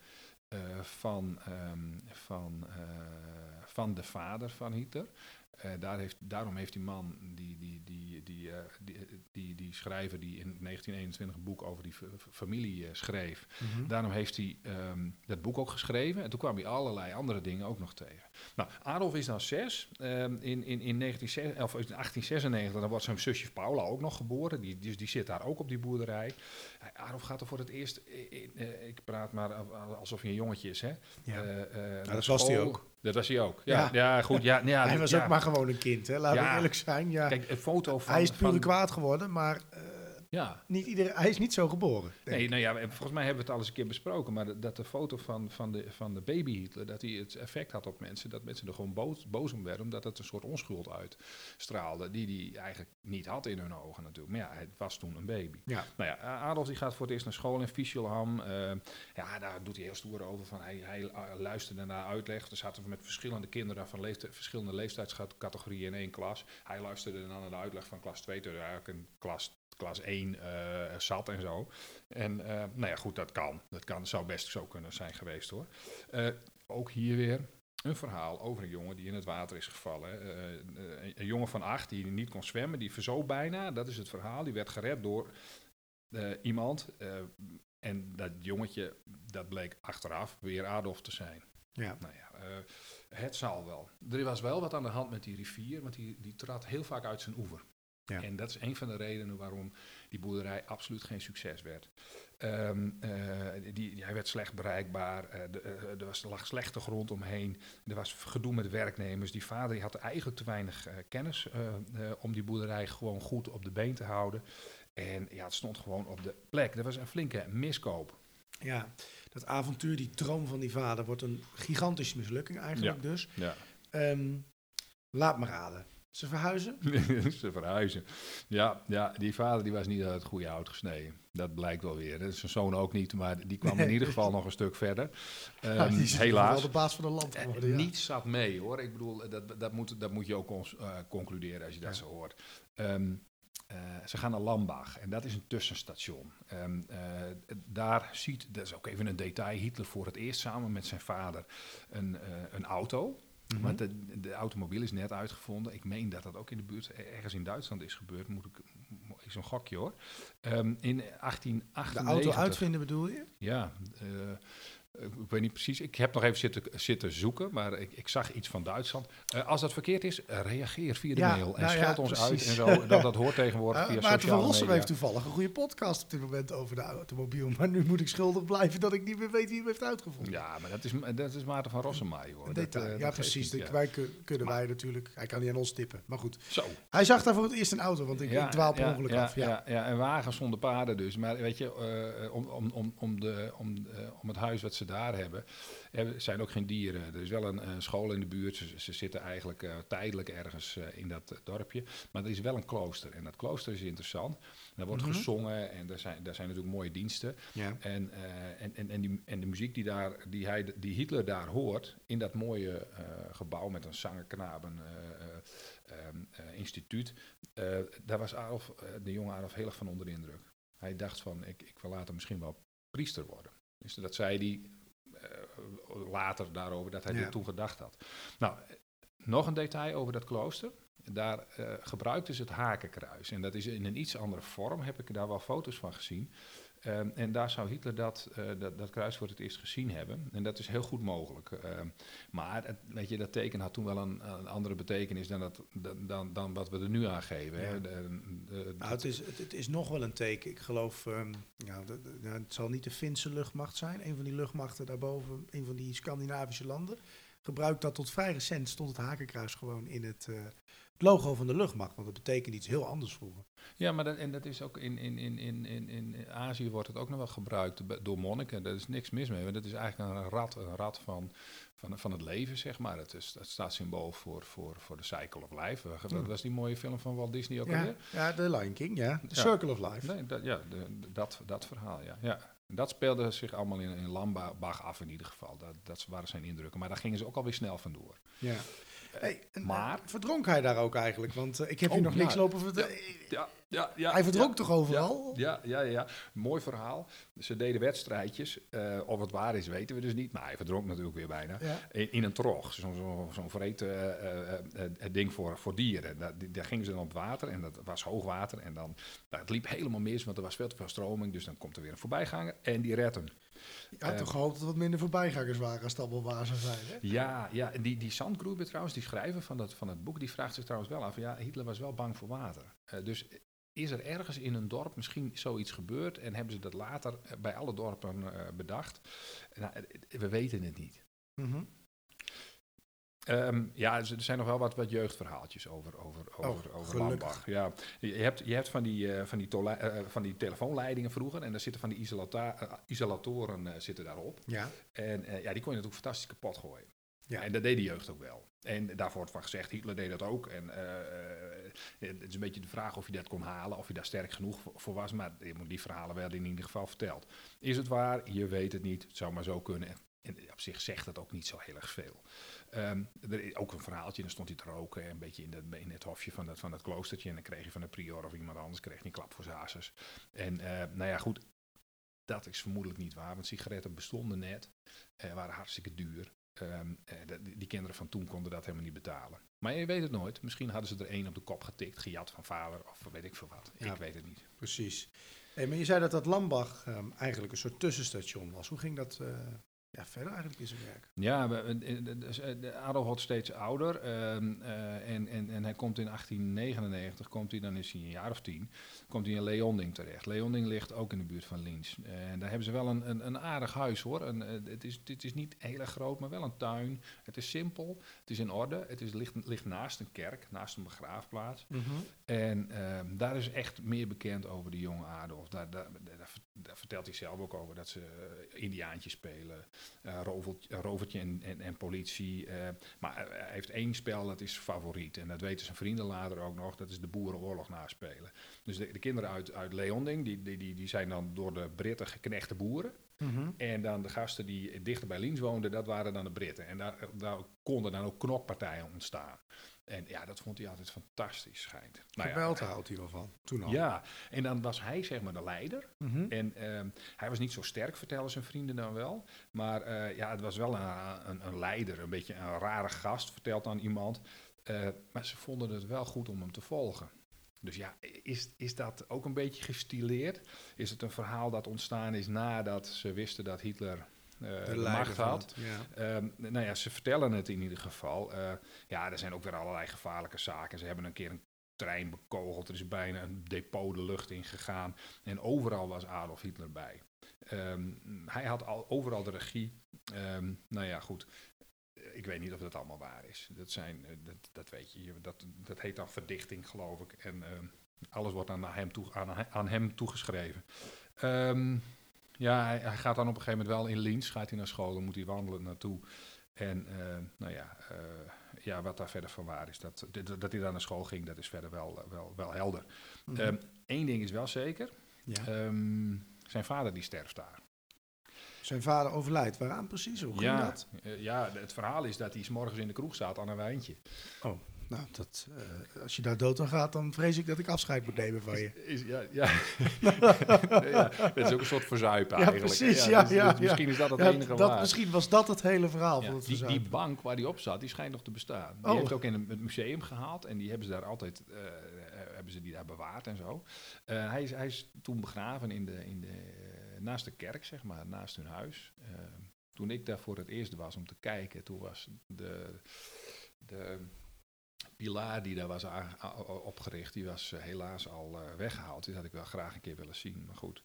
van de vader van Hitler. Daarom heeft die man, die schrijver die in 1921 een boek over die familie schreef, daarom heeft hij dat boek ook geschreven. En toen kwam hij allerlei andere dingen ook nog tegen. Nou, Adolf is dan 6. In 1896, dan wordt zijn zusje Paula ook nog geboren. Die zit daar ook op die boerderij. Adolf gaat er voor het eerst, ik praat maar alsof hij een jongetje is, hè? Dat was hij ook. Dat was hij ook. Ja, goed. Hij was ook maar gewoon een kind, hè? Laten we eerlijk zijn. Ja. Kijk, een foto van... Hij is puur kwaad geworden, maar hij is niet zo geboren. Volgens mij hebben we het al eens een keer besproken, maar dat de foto van de baby Hitler, dat hij het effect had op mensen, dat mensen er gewoon boos om werden, omdat het een soort onschuld uitstraalde, die hij eigenlijk niet had in hun ogen natuurlijk. Maar hij was toen een baby. Ja. Adolf die gaat voor het eerst naar school in Fischelham. Daar doet hij heel stoer over. Van hij luisterde naar uitleg. Er zaten met verschillende kinderen van verschillende leeftijdscategorieën in één klas. Hij luisterde dan naar de uitleg van klas 2, terwijl eigenlijk een klas 1 zat en zo. En goed, dat kan. Dat zou best zo kunnen zijn geweest hoor. Ook hier weer een verhaal over een jongen die in het water is gevallen. Een jongen van 8 die niet kon zwemmen, die verzoop bijna. Dat is het verhaal. Die werd gered door iemand. En dat jongetje, dat bleek achteraf weer Adolf te zijn. Ja. Het zal wel. Er was wel wat aan de hand met die rivier, want die trad heel vaak uit zijn oever. Ja. En dat is een van de redenen waarom die boerderij absoluut geen succes werd. Hij werd slecht bereikbaar, er lag slechte grond omheen, er was gedoe met werknemers. Die vader die had eigenlijk te weinig kennis om die boerderij gewoon goed op de been te houden. En het stond gewoon op de plek. Dat was een flinke miskoop. Ja, dat avontuur, die droom van die vader, wordt een gigantische mislukking eigenlijk dus. Ja. Laat me raden. Ze verhuizen? Ze verhuizen. Ja, die vader die was niet uit het goede hout gesneden. Dat blijkt wel weer. Dat is zijn zoon ook niet, maar die kwam in ieder geval nog een stuk verder. Die is helaas wel de baas van het land geworden. Niets zat mee hoor. Ik bedoel, dat moet je ook concluderen als je dat zo hoort. Ze gaan naar Lambach en dat is een tussenstation. Daar ziet, dat is ook even een detail, Hitler voor het eerst samen met zijn vader een auto. Want de automobiel is net uitgevonden. Ik meen dat dat ook in de buurt, ergens in Duitsland is gebeurd. Is een gokje hoor. In 1898. De auto uitvinden bedoel je? Ja, ik weet niet precies. Ik heb nog even zitten zoeken, maar ik zag iets van Duitsland. Als dat verkeerd is, reageer via de mail en scheld ons precies. uit en zo. Dat hoort tegenwoordig via Maarten van sociale Rossum media. heeft toevallig een goede podcast op dit moment over de automobiel. Maar nu moet ik schuldig blijven dat ik niet meer weet wie hem heeft uitgevonden. Ja, maar dat is Maarten van Rossum, hoor. Een detail. Ja, precies. Wij natuurlijk. Hij kan niet aan ons tippen. Maar goed. Zo. Hij zag daar voor het eerst een auto, want ik dwaal per ongeluk af. Ja, en wagens zonder paarden dus. Maar weet je, om het huis wat ze daar hebben, zijn ook geen dieren. Er is wel een school in de buurt. Ze zitten eigenlijk tijdelijk ergens in dat dorpje. Maar er is wel een klooster. En dat klooster is interessant. Daar wordt gezongen en daar zijn natuurlijk mooie diensten. Ja. En de muziek die Hitler daar hoort, in dat mooie gebouw met een zangenknaben instituut, daar was de jonge Adolf heel erg van onder de indruk. Hij dacht van, ik wil later misschien wel priester worden. Dus dat zei hij later daarover, dat hij dit toen gedacht had. Nou, nog een detail over dat klooster. Daar gebruikten ze het hakenkruis. En dat is in een iets andere vorm, heb ik daar wel foto's van gezien. En daar zou Hitler dat kruis voor het eerst gezien hebben. En dat is heel goed mogelijk. Maar weet je, dat teken had toen wel een andere betekenis dan wat we er nu aan geven. Ja. Het is nog wel een teken. Ik geloof, het zal niet de Finse luchtmacht zijn. Een van die luchtmachten daarboven, een van die Scandinavische landen, gebruikt dat tot vrij recent. Stond het hakenkruis gewoon in het logo van de luchtmacht. Want dat betekent iets heel anders vroeger. Ja, maar dat is ook in Azië wordt het ook nog wel gebruikt door monniken. Daar is niks mis mee. Want dat is eigenlijk een rad van het leven, zeg maar. Het staat symbool voor de cycle of life. Dat was die mooie film van Walt Disney ook alweer? Ja, The Lion King, ja. The Circle of Life. Nee, dat verhaal, ja. Dat speelde zich allemaal in Lambach af in ieder geval. Dat waren zijn indrukken. Maar daar gingen ze ook alweer snel vandoor. Ja. Hey, maar verdronk hij daar ook eigenlijk? Want ik heb hier nog niks lopen vertellen. Ja, hij verdronk toch overal? Ja. Mooi verhaal. Ze deden wedstrijdjes. Of het waar is, weten we dus niet. Maar hij verdronk natuurlijk weer bijna. Ja. In een trog. Zo'n vreed ding voor dieren. Daar gingen ze dan op water. En dat was hoogwater. En dan, het liep helemaal mis, want er was veel te veel stroming. Dus dan komt er weer een voorbijganger. En die redt hem. Je had toch gehoopt dat er wat minder voorbijgangers waren als het allemaal waar zou zijn, hè? Ja. En die Sandgruber trouwens, die schrijver van het boek, die vraagt zich trouwens wel af. Ja, Hitler was wel bang voor water. Dus is er ergens in een dorp misschien zoiets gebeurd en hebben ze dat later bij alle dorpen bedacht? Nou, we weten het niet. Mm-hmm. Er zijn nog wel wat jeugdverhaaltjes over Lambach. Ja, je hebt van die telefoonleidingen vroeger en daar zitten van die isolatoren zitten daarop. Ja. En die kon je natuurlijk fantastisch kapot gooien. Ja. En dat deed de jeugd ook wel. En daarvoor wordt van gezegd, Hitler deed dat ook. En het is een beetje de vraag of je dat kon halen, of je daar sterk genoeg voor was. Maar die verhalen werden in ieder geval verteld. Is het waar? Je weet het niet. Het zou maar zo kunnen. En op zich zegt dat ook niet zo heel erg veel. Er is ook een verhaaltje, dan stond hij te roken, een beetje in het hofje van dat kloostertje. En dan kreeg je van de prior of iemand anders een klap voor zijn hasses. En goed, dat is vermoedelijk niet waar, want sigaretten bestonden net, waren hartstikke duur. Die kinderen van toen konden dat helemaal niet betalen. Maar je weet het nooit. Misschien hadden ze er één op de kop getikt, gejat van vader of weet ik veel wat. Ja, ik weet het niet. Precies. Hey, maar je zei dat Lambach eigenlijk een soort tussenstation was. Hoe ging dat verder eigenlijk in zijn werk? Ja, Adolf wordt steeds ouder en hij komt in 1899, dan is hij een jaar of 10, komt hij in Leonding terecht. Leonding ligt ook in de buurt van Linz. En daar hebben ze wel een aardig huis hoor. Het is niet heel erg groot, maar wel een tuin. Het is simpel, het is in orde, het ligt naast een kerk, naast een begraafplaats. Mm-hmm. En daar is echt meer bekend over de jonge Adolf. Daar vertelt hij zelf ook over dat ze indiaantjes spelen. Rovertje en politie. Maar hij heeft één spel, dat is favoriet. En dat weten zijn vrienden later ook nog. Dat is de Boerenoorlog naspelen. Dus de kinderen uit Leonding, die zijn dan door de Britten geknechte boeren. En dan de gasten die dichter bij Linz woonden, dat waren dan de Britten. En daar konden dan ook knokpartijen ontstaan. En ja, dat vond hij altijd fantastisch, schijnt. Geweld houdt hij wel van, toen al. Ja, en dan was hij zeg maar de leider. Mhm. En hij was niet zo sterk, vertellen zijn vrienden dan wel. Maar het was wel een leider, een beetje een rare gast, vertelt dan iemand. Maar ze vonden het wel goed om hem te volgen. Dus ja, is dat ook een beetje gestileerd? Is het een verhaal dat ontstaan is nadat ze wisten dat Hitler de macht had? Ze vertellen het in ieder geval. Er zijn ook weer allerlei gevaarlijke zaken. Ze hebben een keer een trein bekogeld. Er is bijna een depot de lucht in gegaan. En overal was Adolf Hitler bij. Hij had overal de regie. Goed. Ik weet niet of dat allemaal waar is. Dat weet je. Dat heet dan verdichting, geloof ik. En alles wordt aan hem toegeschreven. Hij gaat dan op een gegeven moment wel in Linz. Gaat hij naar school, dan moet hij wandelen naartoe. En wat daar verder van waar is. Dat hij daar naar school ging, dat is verder wel helder. Mhm. Eén ding is wel zeker. Ja. Zijn vader die sterft daar. Zijn vader overlijdt. Waaraan precies? Hoe ging dat? Het verhaal is dat hij 's morgens in de kroeg staat aan een wijntje. Oh, nou, als je daar dood aan gaat, dan vrees ik dat ik afscheid moet nemen van je. Dat is ook een soort verzuipen Ja, eigenlijk. precies. Dus misschien is dat het enige waar. Misschien was dat het hele verhaal van het verzuipen. Die bank waar die op zat, die schijnt nog te bestaan. Die heeft ook in het museum gehaald en die hebben ze daar altijd daar bewaard en zo. Hij is toen begraven naast de kerk, zeg maar, naast hun huis. Toen ik daar voor het eerst was om te kijken, toen was de pilaar die daar was opgericht, die was helaas al weggehaald. Die had ik wel graag een keer willen zien, maar goed.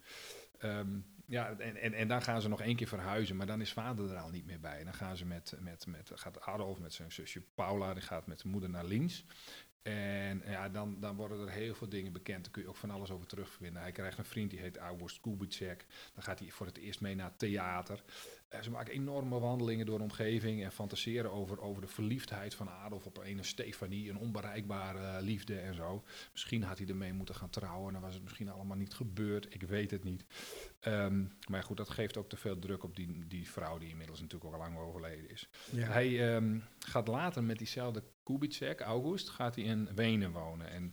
En dan gaan ze nog 1 keer verhuizen, maar dan is vader er al niet meer bij. Dan gaan ze gaat Adolf met zijn zusje Paula, die gaat met zijn moeder naar Linz. En dan worden er heel veel dingen bekend. Daar kun je ook van alles over terugvinden. Hij krijgt een vriend, die heet August Kubitschek. Dan gaat hij voor het eerst mee naar het theater. Ze maken enorme wandelingen door de omgeving en fantaseren over de verliefdheid van Adolf op een Stefanie, een onbereikbare liefde en zo. Misschien had hij ermee moeten gaan trouwen, dan was het misschien allemaal niet gebeurd. Ik weet het niet. Maar goed, dat geeft ook te veel druk op die vrouw die inmiddels natuurlijk ook al lang overleden is. Ja. Hij gaat later met diezelfde Kubitschek, August, gaat hij in Wenen wonen. En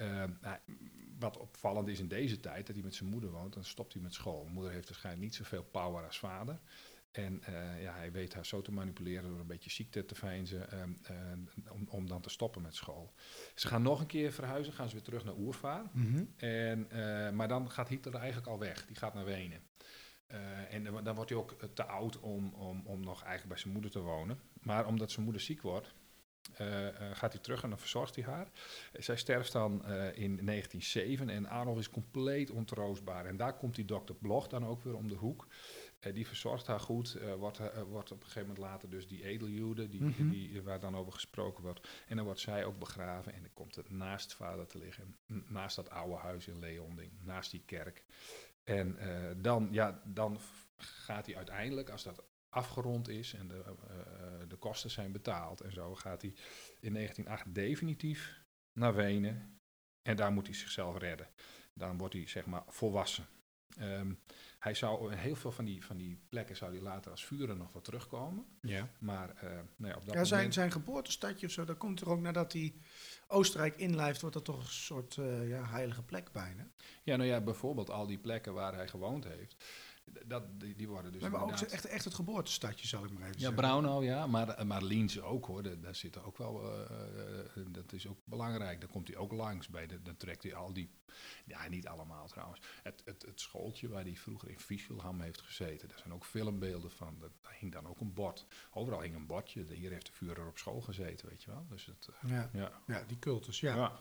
wat opvallend is in deze tijd, dat hij met zijn moeder woont, dan stopt hij met school. Moeder heeft waarschijnlijk niet zoveel power als vader. En hij weet haar zo te manipuleren door een beetje ziekte te veinzen om dan te stoppen met school. Ze gaan nog een keer verhuizen, gaan ze weer terug naar Urfahr. Mm-hmm. Maar dan gaat Hitler eigenlijk al weg, die gaat naar Wenen. En dan wordt hij ook te oud om nog eigenlijk bij zijn moeder te wonen. Maar omdat zijn moeder ziek wordt, gaat hij terug en dan verzorgt hij haar. Zij sterft dan in 1907 en Adolf is compleet ontroostbaar. En daar komt die dokter Bloch dan ook weer om de hoek. Die verzorgt haar goed, wordt op een gegeven moment later dus die edeljude, waar dan over gesproken wordt. En dan wordt zij ook begraven en dan komt het naast vader te liggen, naast dat oude huis in Leonding, naast die kerk. En dan gaat hij uiteindelijk, als dat afgerond is en de kosten zijn betaald en zo, gaat hij in 1908 definitief naar Wenen en daar moet hij zichzelf redden. Dan wordt hij zeg maar volwassen. Hij zou heel veel van die plekken zou hij later als Führer nog wel terugkomen. Ja. Maar op dat moment... Zijn geboortestadje of zo, dat komt er ook nadat hij Oostenrijk inlijft, wordt dat toch een soort heilige plek bijna. Ja, bijvoorbeeld al die plekken waar hij gewoond heeft. Die worden dus. Maar ook echt het geboortestadje, zal ik maar even zeggen. Braunau, ja, maar Linz ook hoor. Daar zit ook wel. Dat is ook belangrijk. Dan komt hij ook langs dan trekt hij al die. Ja, niet allemaal trouwens. Het schooltje waar hij vroeger in Fischelham heeft gezeten. Daar zijn ook filmbeelden van. Daar hing dan ook een bord. Overal hing een bordje. Hier heeft de Führer op school gezeten, weet je wel. Dus ja, die cultus, ja.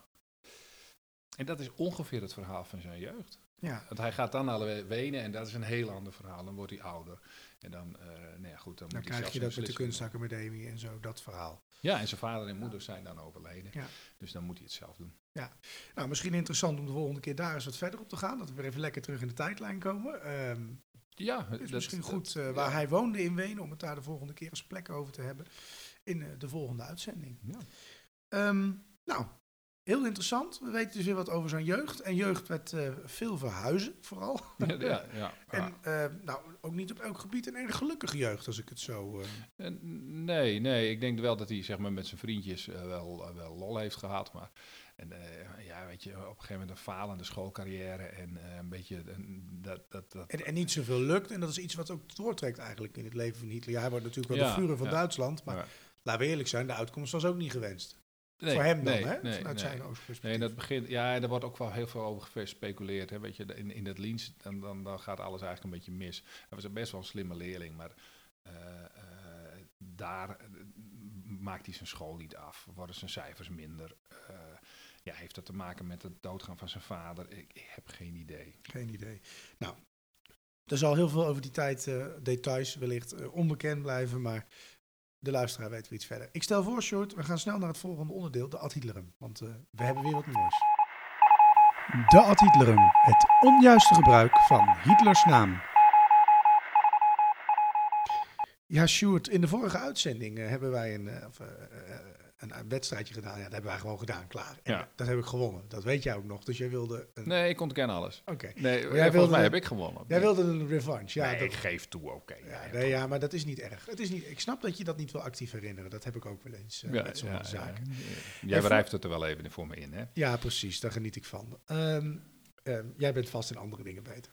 En dat is ongeveer het verhaal van zijn jeugd. Ja. Want hij gaat dan naar Wenen en dat is een heel ander verhaal. Dan wordt hij ouder. En dan krijg je dat met de kunstacademie en zo, dat verhaal. Ja, en zijn vader en moeder zijn dan overleden. Ja. Dus dan moet hij het zelf doen. Ja, nou misschien interessant om de volgende keer daar eens wat verder op te gaan. Dat we weer even lekker terug in de tijdlijn komen. Het is misschien goed waar hij woonde in Wenen, om het daar de volgende keer eens plek over te hebben in de volgende uitzending. Ja. Heel interessant. We weten dus weer wat over zijn jeugd. En jeugd met veel verhuizen, vooral. Ja. En ook niet op elk gebied een erg gelukkige jeugd, als ik het zo... Nee. Ik denk wel dat hij zeg maar, met zijn vriendjes wel lol heeft gehad. Maar weet je, op een gegeven moment een falende schoolcarrière en een beetje dat. En niet zoveel lukt. En dat is iets wat ook doortrekt eigenlijk in het leven van Hitler. Ja, hij wordt natuurlijk wel de Führer van Duitsland. Maar laten we eerlijk zijn, de uitkomst was ook niet gewenst. Nee, voor hem dan, vanuit zijn oogperspectief. Nee, dat begint, er wordt ook wel heel veel over gespeculeerd. Hè. Weet je, in het Liens, dan gaat alles eigenlijk een beetje mis. Hij was best wel een slimme leerling, maar daar maakt hij zijn school niet af. Worden zijn cijfers minder. Heeft dat te maken met het doodgaan van zijn vader? Ik heb geen idee. Geen idee. Nou, er zal heel veel over die tijd, details wellicht onbekend blijven, maar de luisteraar weet weer iets verder. Ik stel voor, Sjoerd, we gaan snel naar het volgende onderdeel, de ad Hitlerum. Want we hebben weer wat moois. De ad Hitlerum, het onjuiste gebruik van Hitlers naam. Ja, Sjoerd, in de vorige uitzending hebben wij een wedstrijdje gedaan. Ja, dat hebben wij gewoon gedaan, klaar. En dat heb ik gewonnen. Dat weet jij ook nog. Dus jij wilde... Nee, ik ontken alles. Oké. Nee, volgens mij heb ik gewonnen. Jij wilde een revanche. Ja, ik geef toe, oké. Maar dat is niet erg. Het is niet, ik snap dat je dat niet wil actief herinneren. Dat heb ik ook wel eens met sommige zaken. Jij wrijft het er wel even voor me in, hè? Ja, precies. Daar geniet ik van. Jij bent vast in andere dingen beter.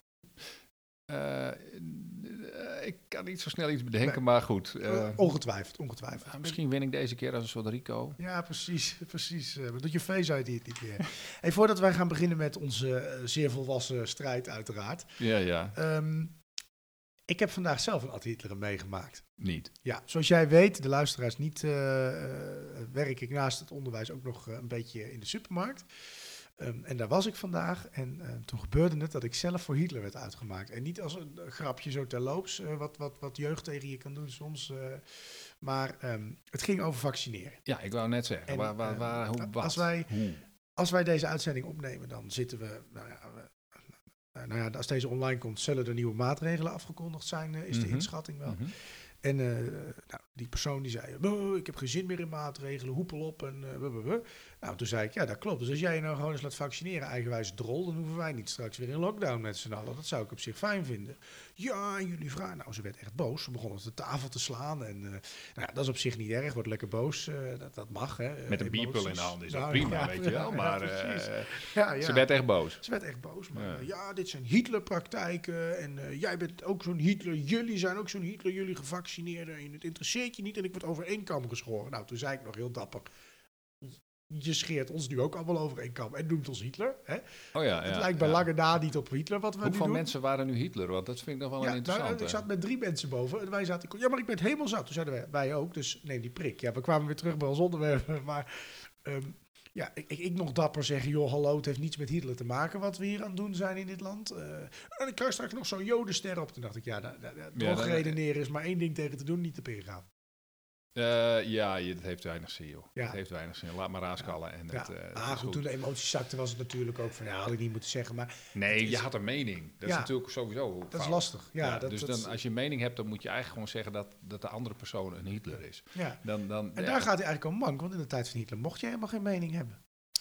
Ik kan niet zo snel iets bedenken, maar goed. Ongetwijfeld. Misschien win ik deze keer als een soort Rico. Ja, precies. Wat doet je face uit hier niet meer? Hey, voordat wij gaan beginnen met onze zeer volwassen strijd uiteraard. Ja. Ik heb vandaag zelf een ad Hitlerum meegemaakt. Niet? Ja, zoals jij weet, de luisteraars niet, werk ik naast het onderwijs ook nog een beetje in de supermarkt. En daar was ik vandaag en toen gebeurde het dat ik zelf voor Hitler werd uitgemaakt. En niet als een grapje zo terloops, wat jeugd tegen je kan doen soms. Maar het ging over vaccineren. Ja, ik wou net zeggen. Als wij deze uitzending opnemen, dan zitten we... als deze online komt, zullen er nieuwe maatregelen afgekondigd zijn, is de inschatting wel. Mm-hmm. En die persoon die zei, ik heb geen zin meer in maatregelen, hoepel op en Nou, toen zei ik, ja, dat klopt. Dus als jij je nou gewoon eens laat vaccineren, eigenwijs drol, dan hoeven wij niet straks weer in lockdown met z'n allen. Dat zou ik op zich fijn vinden. Ja, en jullie vragen... Nou, ze werd echt boos. Ze begon op de tafel te slaan. En dat is op zich niet erg. Wordt lekker boos. Dat mag, hè. Met een bierpil in de hand is dat prima, weet je wel. Maar ze werd echt boos. Ze werd echt boos. Maar dit zijn Hitlerpraktijken. En jij bent ook zo'n Hitler. Jullie zijn ook zo'n Hitler. Jullie gevaccineerden. En het interesseert je niet. En ik word over één kam geschoren. Nou, toen zei ik nog heel dapper... Je scheert ons nu ook allemaal over één kam en noemt ons Hitler. Hè? Het lijkt bij lange na niet op Hitler wat we nu doen. Hoeveel mensen waren nu Hitler? Want dat vind ik nog wel een interessante. Ik zat met 3 mensen boven en wij zaten... Ja, maar ik ben het helemaal zat. Toen zeiden wij ook, dus neem die prik. Ja, we kwamen weer terug bij ons onderwerp. Maar ik nog dapper zeggen... joh, hallo, het heeft niets met Hitler te maken... wat we hier aan het doen zijn in dit land. En ik krijg straks nog zo'n jodenster op. Toen dacht ik, redeneren is maar één ding tegen te doen, niet te peren gaan. Het heeft weinig zin, joh. Ja. Het heeft weinig zin. Laat maar raaskallen. En goed, toen de emoties zakten was het natuurlijk ook van... had ik niet moeten zeggen, maar... Nee, je had een mening. Dat is natuurlijk sowieso fout. Dat is lastig. Dus als je een mening hebt, dan moet je eigenlijk gewoon zeggen... dat de andere persoon een Hitler is. Ja. Daar gaat hij eigenlijk om mank. Want in de tijd van Hitler mocht je helemaal geen mening hebben.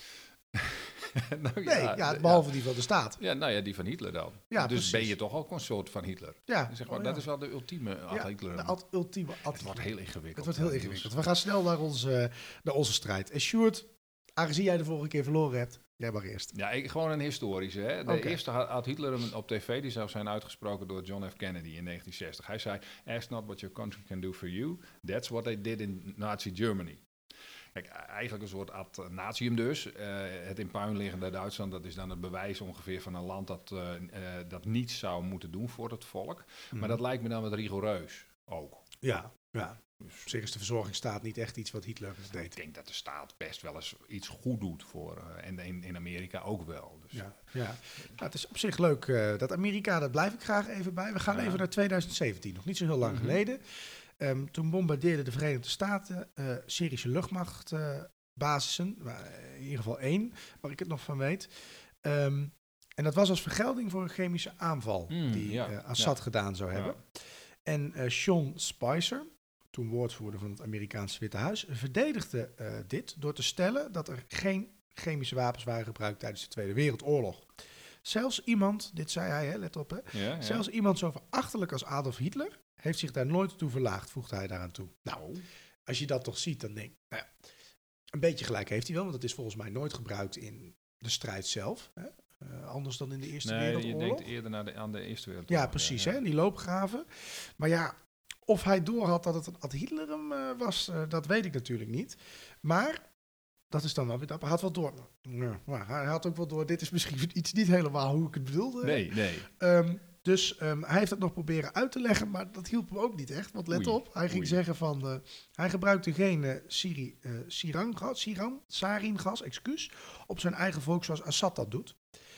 Behalve die van de staat. Ja, die van Hitler dan. Ja, dus precies. Ben je toch ook een soort van Hitler. Ja. Zeg maar, dat is wel de ultieme Hitler. De ultieme Het wordt heel ingewikkeld. Het wordt heel ingewikkeld. We gaan snel naar onze strijd. En Sjoerd, aangezien jij de vorige keer verloren hebt, jij mag eerst. Ja, gewoon een historische. Hè? De eerste had Hitler op tv, die zou zijn uitgesproken door John F. Kennedy in 1960. Hij zei, ask not what your country can do for you. That's what they did in Nazi Germany. Kijk, eigenlijk een soort ad natium dus. Het in puin liggende Duitsland, dat is dan het bewijs ongeveer van een land dat niets zou moeten doen voor het volk. Maar dat lijkt me dan wat rigoureus ook. Ja. Op zich is de verzorgingsstaat niet echt iets wat Hitler deed. Ik denk dat de staat best wel eens iets goed doet voor, en in Amerika ook wel. Dus. Ja. Nou, het is op zich leuk. Dat Amerika, daar blijf ik graag even bij. We gaan even naar 2017, nog niet zo heel lang geleden. Toen bombardeerden de Verenigde Staten Syrische luchtmachtbasissen, in ieder geval 1, waar ik het nog van weet. En dat was als vergelding voor een chemische aanval die Assad gedaan zou hebben. En Sean Spicer, toen woordvoerder van het Amerikaanse Witte Huis, verdedigde dit door te stellen dat er geen chemische wapens waren gebruikt tijdens de Tweede Wereldoorlog. Zelfs iemand, dit zei hij, hè, let op, hè, Ja. zelfs iemand zo verachtelijk als Adolf Hitler heeft zich daar nooit toe verlaagd, voegde hij daaraan toe. Nou, als je dat toch ziet, dan denk ik, nou ja, een beetje gelijk heeft hij wel, want het is volgens mij nooit gebruikt in de strijd zelf. Hè? Anders dan in de Eerste Wereldoorlog. Je denkt eerder aan de Eerste Wereldoorlog. Ja, precies, hè, die loopgraven. Maar ja, of hij doorhad dat het een ad Hitlerum was, dat weet ik natuurlijk niet. Maar dat is dan wel weer dat. Hij had wel door. Ja, maar hij had ook wel door. Dit is misschien iets niet helemaal hoe ik het bedoelde. Nee. Dus hij heeft dat nog proberen uit te leggen, maar dat hielp hem ook niet echt. Want let op, hij ging zeggen van... hij gebruikte geen saringas, op zijn eigen volk zoals Assad dat doet.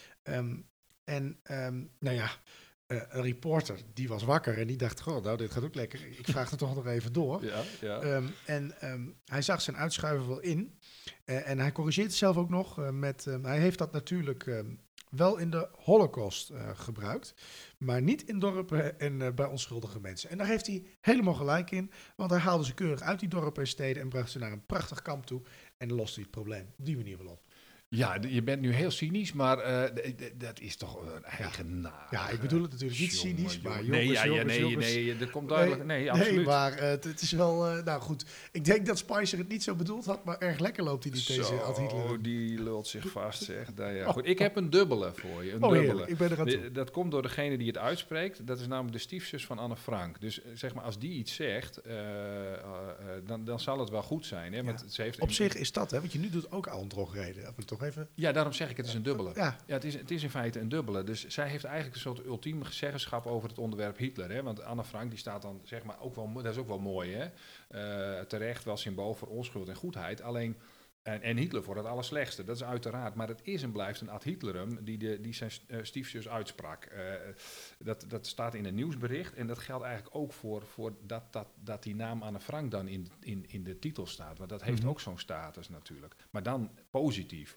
Nou ja, een reporter die was wakker en die dacht... Goh, nou, dit gaat ook lekker. Ik vraag het toch nog even door. Ja. Hij zag zijn uitschuiven wel in. En hij corrigeert het zelf ook nog. Hij heeft dat natuurlijk... wel in de Holocaust gebruikt, maar niet in dorpen en bij onschuldige mensen. En daar heeft hij helemaal gelijk in, want hij haalde ze keurig uit die dorpen en steden en bracht ze naar een prachtig kamp toe en loste hij het probleem op die manier wel op. Ja, je bent nu heel cynisch, maar dat is toch een eigenaar. Ja, ik bedoel het natuurlijk niet cynisch, maar jongens, dat komt duidelijk. Nee, absoluut. Nee, maar het is wel... nou goed, ik denk dat Spicer het niet zo bedoeld had, maar erg lekker loopt hij niet deze ad Hitler. Die lult zich vast, zeg. Goed, ik heb een dubbele voor je. Heerlijk, ik ben er aan toe. Dat komt door degene die het uitspreekt. Dat is namelijk de stiefzus van Anne Frank. Dus zeg maar, als die iets zegt, dan zal het wel goed zijn. Hè? Want ze heeft op zich is dat, hè, want je nu doet ook al een drogreden. Of toch even... Ja, daarom zeg ik, het is een dubbele. Ja, het is in feite een dubbele. Dus zij heeft eigenlijk een soort ultieme zeggenschap over het onderwerp Hitler. Hè? Want Anne Frank, die staat dan, zeg maar, ook wel, dat is ook wel mooi, hè? Terecht wel symbool voor onschuld en goedheid. Alleen, en Hitler voor het allerslechtste, dat is uiteraard. Maar het is en blijft een ad Hitlerum die zijn stiefzus uitsprak. Dat staat in een nieuwsbericht. En dat geldt eigenlijk ook voor dat die naam Anne Frank dan in de titel staat. Want dat heeft ook zo'n status natuurlijk. Maar dan positief.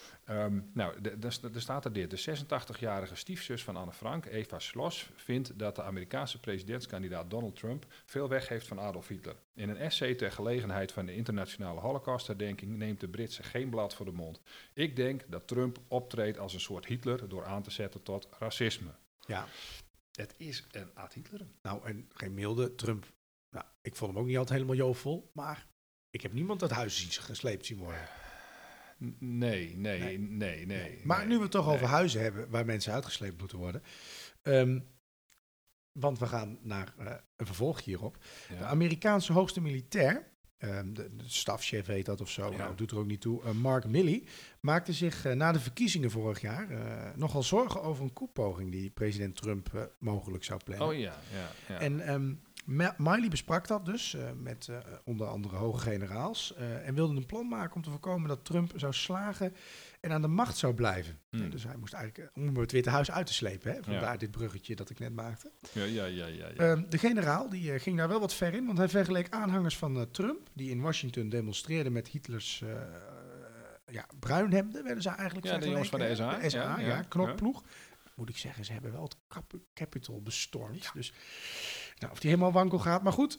Er staat er dit. De 86-jarige stiefzus van Anne Frank, Eva Schloss, vindt dat de Amerikaanse presidentskandidaat Donald Trump veel weg heeft van Adolf Hitler. In een essay ter gelegenheid van de internationale Holocaustherdenking neemt de Britse geen blad voor de mond. Ik denk dat Trump optreedt als een soort Hitler door aan te zetten tot racisme. Ja. Het is een ad Hitler. Nou, en geen milde Trump. Nou, ik vond hem ook niet altijd helemaal jovel, maar ik heb niemand uit huis gesleept zien worden. Nee. Maar nu we het toch over huizen hebben waar mensen uitgesleept moeten worden. Want we gaan naar een vervolg hierop. Ja. De Amerikaanse hoogste militair, de stafchef heet dat of zo, nou, doet er ook niet toe. Mark Milley maakte zich na de verkiezingen vorig jaar nogal zorgen over een koepoging die president Trump mogelijk zou plannen. Oh ja. En Milley besprak dat dus met onder andere hoge generaals en wilde een plan maken om te voorkomen dat Trump zou slagen en aan de macht zou blijven. Dus hij moest eigenlijk, om het Witte Huis uit te slepen, hè? Vandaar dit bruggetje dat ik net maakte. Ja. De generaal die ging daar wel wat ver in, want hij vergeleek aanhangers van Trump, die in Washington demonstreerden met Hitlers bruinhemden, werden ze eigenlijk vergeleken. De jongens van de SA. De SA, knokploeg. Moet ik zeggen, ze hebben wel het Capitol bestormd. Ja. Dus nou, of die helemaal wankel gaat. Maar goed,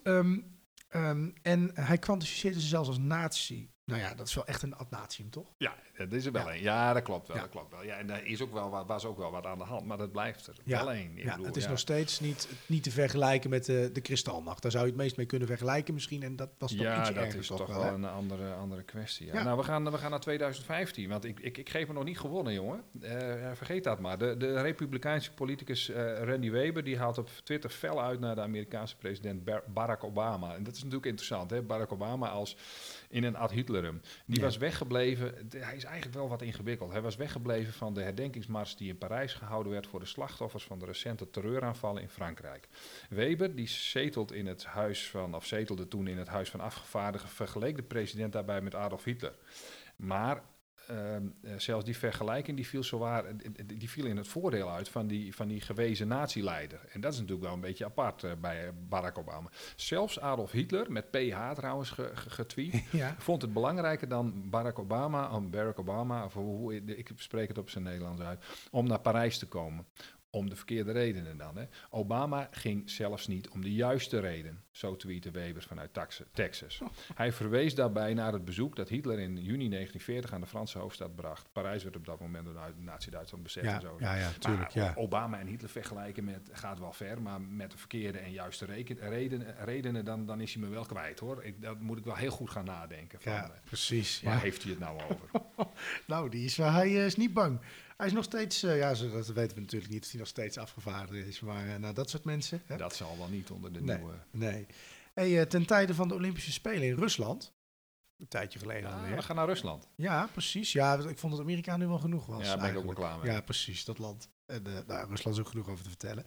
en hij kwantificeerde ze zelfs als nazi. Nou ja, dat is wel echt een ad nazium, toch? Ja, dat is er wel een. Ja, dat klopt wel. Ja, en daar is ook wel was ook wel wat aan de hand, maar dat blijft er wel een. Het is nog steeds niet te vergelijken met de Kristalnacht. Daar zou je het meest mee kunnen vergelijken misschien. En dat was toch ietsje erger. Ja, dat is toch wel een andere kwestie. Ja. Nou, we gaan naar 2015, want ik geef me nog niet gewonnen, jongen. Vergeet dat maar. De republikeinse politicus Randy Weber, die haalt op Twitter fel uit naar de Amerikaanse president Barack Obama. En dat is natuurlijk interessant, hè? Barack Obama als in een ad Hitlerum. Die was weggebleven. Hij is eigenlijk wel wat ingewikkeld. Hij was weggebleven van de herdenkingsmars die in Parijs gehouden werd voor de slachtoffers van de recente terreuraanvallen in Frankrijk. Weber, die zetelde toen in het Huis van Afgevaardigden, vergeleek de president daarbij met Adolf Hitler. Maar zelfs die vergelijking die viel in het voordeel uit van die gewezen nazi-leider. En dat is natuurlijk wel een beetje apart bij Barack Obama. Zelfs Adolf Hitler, met PH trouwens getweet, vond het belangrijker dan Barack Obama, of ik spreek het op zijn Nederlands uit, om naar Parijs te komen. Om de verkeerde redenen dan. Hè. Obama ging zelfs niet om de juiste reden. Zo tweette Webers vanuit Texas. Hij verwees daarbij naar het bezoek dat Hitler in juni 1940 aan de Franse hoofdstad bracht. Parijs werd op dat moment door Nazi-Duitsland bezet en zo. Ja, tuurlijk. Maar Ja. Obama en Hitler vergelijken gaat wel ver, maar met de verkeerde en juiste redenen, dan is hij me wel kwijt, hoor. Dat moet ik wel heel goed gaan nadenken. Precies. Waar heeft hij het nou over? Nou, hij is niet bang. Hij is nog steeds, dat weten we natuurlijk niet, of hij nog steeds afgevaardigd is. Maar dat soort mensen. Hè? Dat zal wel niet onder de nieuwe... Nee. Hey, ten tijde van de Olympische Spelen in Rusland, een tijdje geleden Ja, alweer. we gaan naar Rusland. Ja, precies. Ja, ik vond dat Amerika nu wel genoeg was. Ja, daar ben ik ook wel klaar mee. Ja, precies, dat land. En Rusland is ook genoeg over te vertellen.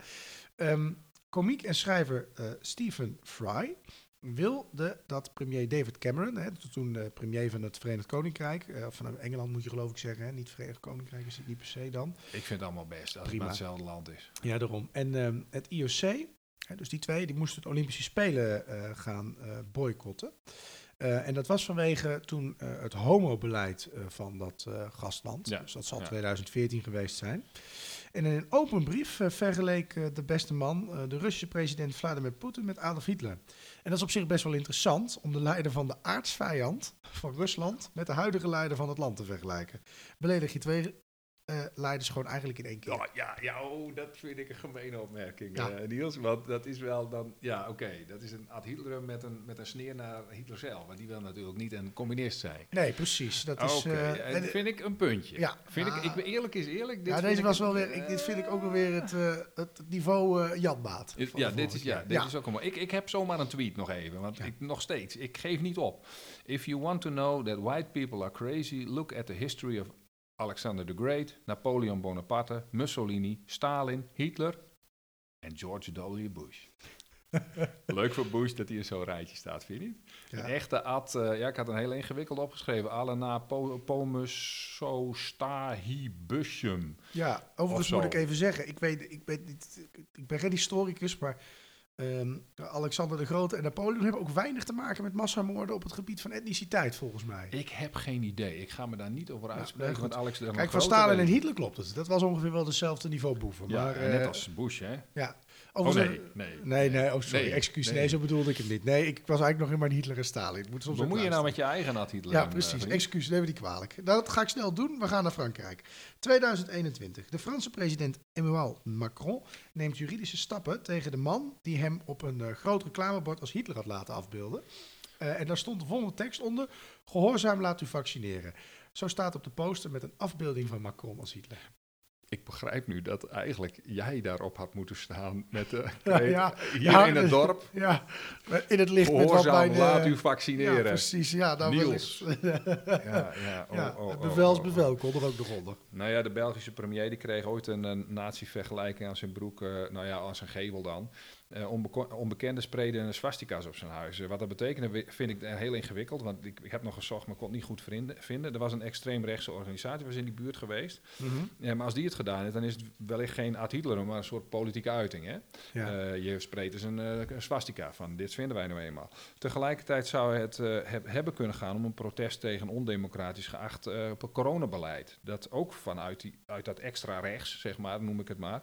Komiek en schrijver Stephen Fry wilde dat premier David Cameron, toen premier van het Verenigd Koninkrijk, of van Engeland moet je geloof ik zeggen, niet Verenigd Koninkrijk is het niet per se dan. Ik vind het allemaal best, als Prima. het maar hetzelfde land is. Ja, daarom. En het IOC, dus die twee, die moesten het Olympische Spelen gaan boycotten. En dat was vanwege toen het homobeleid van dat gastland. Ja, Dus dat zal 2014 geweest zijn. En in een open brief vergeleek de beste man de Russische president Vladimir Poetin met Adolf Hitler. En dat is op zich best wel interessant om de leider van de aartsvijand van Rusland met de huidige leider van het land te vergelijken. Beledig je twee leiders gewoon eigenlijk in één keer. Dat vind ik een gemene opmerking, Ja. Niels. Want dat is wel dan... Ja, oké, dat is een ad Hitler met een sneer naar Hitler zelf. Want die wil natuurlijk niet een communist zijn. Nee, precies. Dat is, Dat vind ik een puntje. Ja. Ik ben eerlijk is eerlijk. Deze was wel weer. Dit vind ik ook wel weer het niveau Janmaat. Dit is ook een mooi. Ik heb zomaar een tweet nog even, want nog steeds, ik geef niet op. If you want to know that white people are crazy, look at the history of Alexander the Great, Napoleon Bonaparte, Mussolini, Stalin, Hitler en George W. Bush. Leuk voor Bush dat hij in zo'n rijtje staat, vind je niet? Ja. Een echte ik had een heel ingewikkeld opgeschreven. Alena Pomusostahibushum. Ja, overigens Of zo. moet ik even zeggen, ik ben geen historicus, maar Alexander de Grote en Napoleon hebben ook weinig te maken met massamoorden op het gebied van etniciteit, volgens mij. Ik heb geen idee. Ik ga me daar niet over uitspreken. nee, goed. Want Alex de Kijk, van Stalin en Hitler klopt het. Dat was ongeveer wel dezelfde niveau boeven. Ja, maar, net als Bush, hè? Ja. Nee. Sorry, excuus. Nee, zo bedoelde ik het niet. Nee, ik was eigenlijk nog helemaal Hitler en Stalin. Ik moet soms Wat ook moet je nou luisteren. met je eigen ad Hitler? Ja, precies. Excuus, neem me die kwalijk. Nou, dat ga ik snel doen. We gaan naar Frankrijk. 2021. De Franse president Emmanuel Macron neemt juridische stappen tegen de man die hem op een groot reclamebord als Hitler had laten afbeelden. En daar stond de volgende tekst onder: gehoorzaam laat u vaccineren. Zo staat op de poster met een afbeelding van Macron als Hitler. Ik begrijp nu dat eigenlijk jij daarop had moeten staan met de in het dorp. Ja, in het licht met wat Gehoorzaam, mijn... laat u vaccineren. Ja, precies. Ja, nou Niels. Het bevel is bevel, kon er ook nog onder. Nou ja, de Belgische premier die kreeg ooit een nazi-vergelijking aan zijn broek, aan zijn gevel dan. Onbekenden spreden swastika's op zijn huis. Wat dat betekende vind ik heel ingewikkeld, want ik heb nog gezocht, maar kon het niet goed vinden. Er was een extreemrechtse organisatie, was in die buurt geweest. Mm-hmm. Ja, maar als die het gedaan heeft, dan is het wellicht geen ad Hitler, maar een soort politieke uiting. Hè? Ja. Je spreekt dus een swastika van, dit vinden wij nou eenmaal. Tegelijkertijd zou het hebben kunnen gaan om een protest tegen ondemocratisch geacht coronabeleid. Dat ook vanuit uit dat extra rechts, zeg maar, noem ik het maar,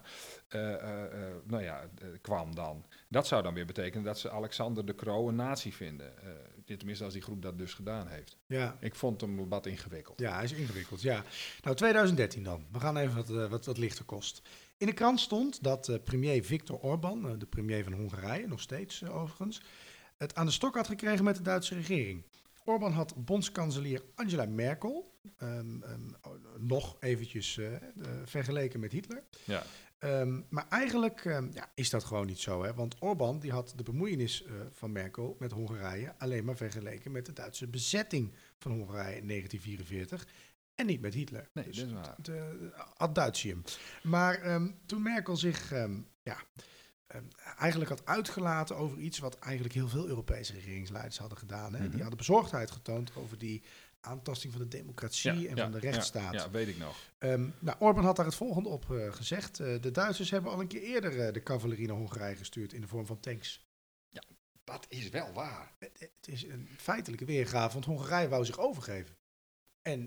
kwam dan. Dat zou dan weer betekenen dat ze Alexander de Croo een nazi vinden. Tenminste, als die groep dat dus gedaan heeft. Ja. Ik vond hem wat ingewikkeld. Ja, hij is ingewikkeld, ja. Nou, 2013 dan. We gaan even wat lichter kost. In de krant stond dat premier Viktor Orbán, de premier van Hongarije, nog steeds overigens, het aan de stok had gekregen met de Duitse regering. Orbán had bondskanselier Angela Merkel nog eventjes vergeleken met Hitler. Ja. Maar eigenlijk is dat gewoon niet zo. Hè? Want Orbán die had de bemoeienis van Merkel met Hongarije alleen maar vergeleken met de Duitse bezetting van Hongarije in 1944 en niet met Hitler. Nee, dus dat is waar. ad Duitium. Maar toen Merkel zich eigenlijk had uitgelaten over iets wat eigenlijk heel veel Europese regeringsleiders hadden gedaan. Hè? Mm-hmm. Die hadden bezorgdheid getoond over die aantasting van de democratie en van de rechtsstaat. Ja, weet ik nog. Orbán had daar het volgende op gezegd. De Duitsers hebben al een keer eerder de cavalerie naar Hongarije gestuurd in de vorm van tanks. Ja, dat is wel waar. Het is een feitelijke weergave, want Hongarije wou zich overgeven. En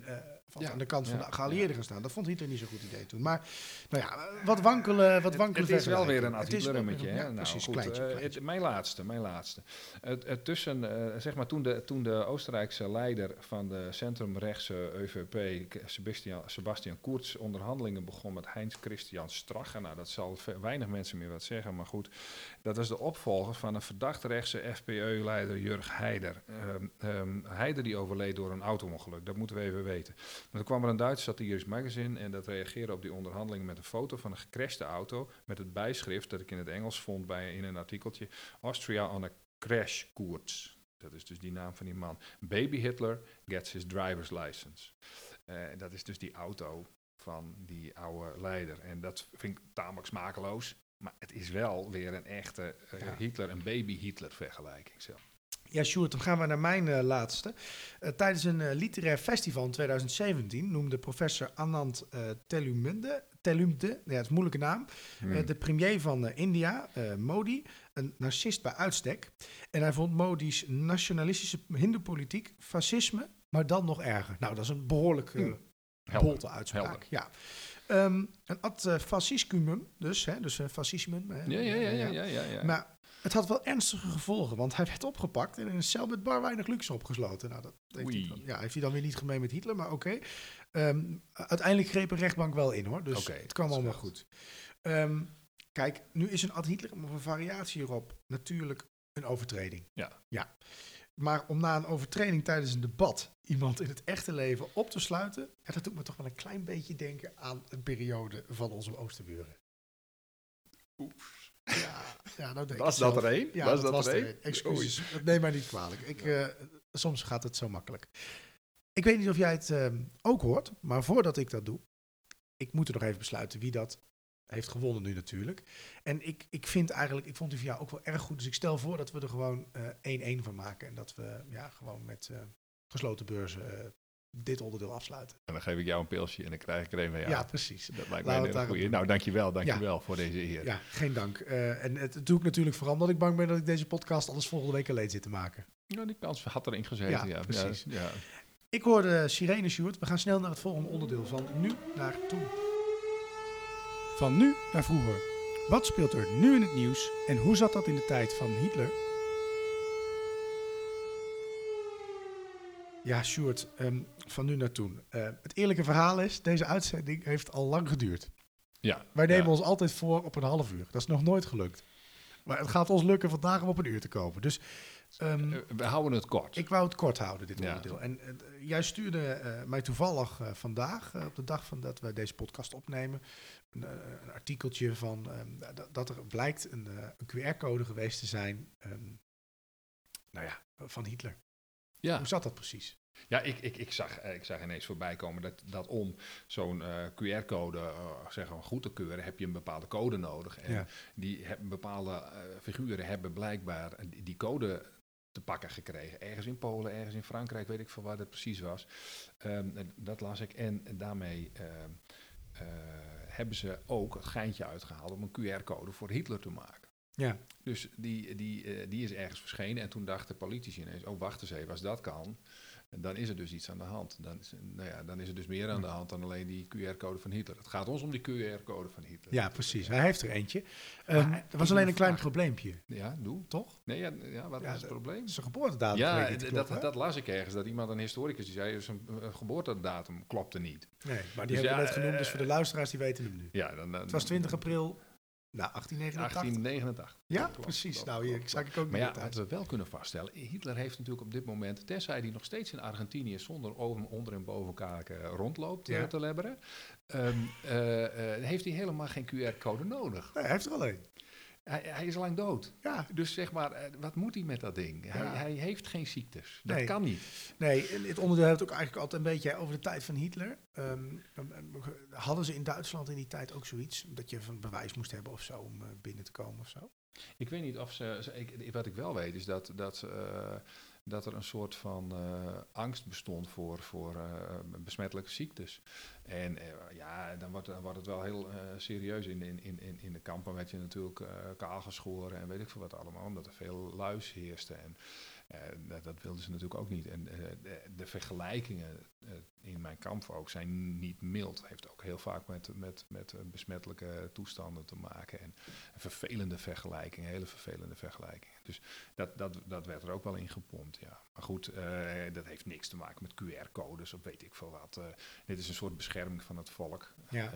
aan de kant van de geallieerden gaan staan. Dat vond Hitler niet zo'n goed idee toen. Maar nou ja, wat wankelen Het is wel weer een Hitlerummetje. Ja, precies, goed, kleintje. Mijn laatste. Tussen, zeg maar, toen de Oostenrijkse leider van de centrumrechtse ÖVP, Sebastian Kurz, onderhandelingen begon met Heinz Christian Strache. Nou, dat zal weinig mensen meer wat zeggen, maar goed. Dat was de opvolger van een verdacht rechtse FPÖ-leider Jörg Haider. Haider die overleed door een auto-ongeluk, dat moeten we even weten. Maar toen kwam er een Duits satirisch magazine en dat reageerde op die onderhandelingen met een foto van een gecrashte auto met het bijschrift dat ik in het Engels vond in een artikeltje: Austria on a crash course. Dat is dus die naam van die man. Baby Hitler gets his driver's license. Dat is dus die auto van die oude leider. En dat vind ik tamelijk smakeloos. Maar het is wel weer een echte Hitler, een baby Hitler vergelijking zelf. Ja, Sjoerd, dan gaan we naar mijn laatste. Tijdens een literair festival in 2017 noemde professor Anand Telumde, ja, het is een moeilijke naam, de premier van India, Modi, een narcist bij uitstek. En hij vond Modi's nationalistische hindoepolitiek fascisme, maar dan nog erger. Nou, dat is een behoorlijk bolte uitspraak. Ja. Een ad fasciscumum, dus fascismen. Ja. Maar het had wel ernstige gevolgen, want hij werd opgepakt en in een cel met bar weinig luxe opgesloten. Nou, dat heeft hij dan weer niet gemeen met Hitler, maar oké. Uiteindelijk greep een rechtbank wel in, hoor. Dus het kwam allemaal goed. Kijk, nu is een ad Hitler of een variatie hierop natuurlijk een overtreding. Ja. Maar om na een overtreding tijdens een debat iemand in het echte leven op te sluiten, dat doet me toch wel een klein beetje denken aan een periode van onze oosterburen. Oeps. Ja, nou denk was dat er één? Ja, dat was er één. Excuses, dat neem mij niet kwalijk. Soms gaat het zo makkelijk. Ik weet niet of jij het ook hoort, maar voordat ik dat doe, ik moet er nog even besluiten wie dat heeft gewonnen nu natuurlijk. En ik vond die van jou ook wel erg goed, dus ik stel voor dat we er gewoon 1-1 van maken en dat we gewoon met gesloten beurzen dit onderdeel afsluiten. En dan geef ik jou een pilsje en dan krijg ik er een van jou. Ja, precies. Dat lijkt mij een hele goeie. Nou, dankjewel voor deze eer. Ja, geen dank. En het doe ik natuurlijk vooral omdat ik bang ben dat ik deze podcast alles volgende week alleen zit te maken. Ja, die kans had erin gezeten. Ja, precies. Ja. Ik hoorde sirene, Sjoerd. We gaan snel naar het volgende onderdeel. Van nu naar toen. Van nu naar vroeger. Wat speelt er nu in het nieuws en hoe zat dat in de tijd van Hitler? Ja, Sjoerd, van nu naar toen. Het eerlijke verhaal is, deze uitzending heeft al lang geduurd. Ja. Wij nemen ons altijd voor op een half uur. Dat is nog nooit gelukt. Maar het gaat ons lukken vandaag om op een uur te komen. Dus we houden het kort. Ik wou het kort houden, dit onderdeel. En jij stuurde mij toevallig vandaag, op de dag van dat we deze podcast opnemen, een artikeltje van dat er blijkt een QR-code geweest te zijn van Hitler. Ja. Hoe zat dat precies? Ja, ik zag ineens voorbij komen dat om zo'n QR-code goed te keuren, heb je een bepaalde code nodig. En bepaalde figuren hebben blijkbaar die code te pakken gekregen. Ergens in Polen, ergens in Frankrijk, weet ik veel waar dat precies was. Dat las ik. En daarmee hebben ze ook het geintje uitgehaald om een QR-code voor Hitler te maken. Ja. Dus die is ergens verschenen. En toen dachten politici ineens, wacht eens even, als dat kan, dan is er dus iets aan de hand. Dan is er dus meer aan de hand dan alleen die QR-code van Hitler. Het gaat ons om die QR-code van Hitler. Ja, precies. Hij heeft er eentje. Er was alleen een klein probleempje. Ja, toch? Nee, wat was het probleem? Zijn geboortedatum. Ja, dat las ik ergens. Dat iemand, een historicus, die zei, zijn geboortedatum klopte niet. Nee, maar die hebben we net genoemd, dus voor de luisteraars, die weten hem nu. Ja, het was 20 april... 1889. Ja, klopt, precies. Klopt. Zag ik ook maar wat we wel kunnen vaststellen, Hitler heeft natuurlijk op dit moment, tenzij hij nog steeds in Argentinië zonder onder- en bovenkaken rondloopt te lebberen, heeft hij helemaal geen QR-code nodig. Nee, hij heeft er alleen. Hij is lang dood. Ja. Dus zeg maar, wat moet hij met dat ding? Ja. Hij heeft geen ziektes. Dat kan niet. Nee, het onderdeel heeft ook eigenlijk altijd een beetje over de tijd van Hitler. Hadden ze in Duitsland in die tijd ook zoiets? Dat je een bewijs moest hebben of zo om binnen te komen of zo? Ik weet niet of wat ik wel weet is dat er een soort van angst bestond voor besmettelijke ziektes. En dan wordt het wel heel serieus. In de kampen werd je natuurlijk kaalgeschoren en weet ik veel wat allemaal, omdat er veel luis heerste. En dat wilden ze natuurlijk ook niet. En de vergelijkingen in mijn kamp ook zijn niet mild. Heeft ook heel vaak met besmettelijke toestanden te maken. En vervelende vergelijkingen, hele vervelende vergelijkingen. Dus dat werd er ook wel in gepompt, ja. Maar goed, dat heeft niks te maken met QR-codes of weet ik veel wat. Dit is een soort bescherming van het volk. Ja.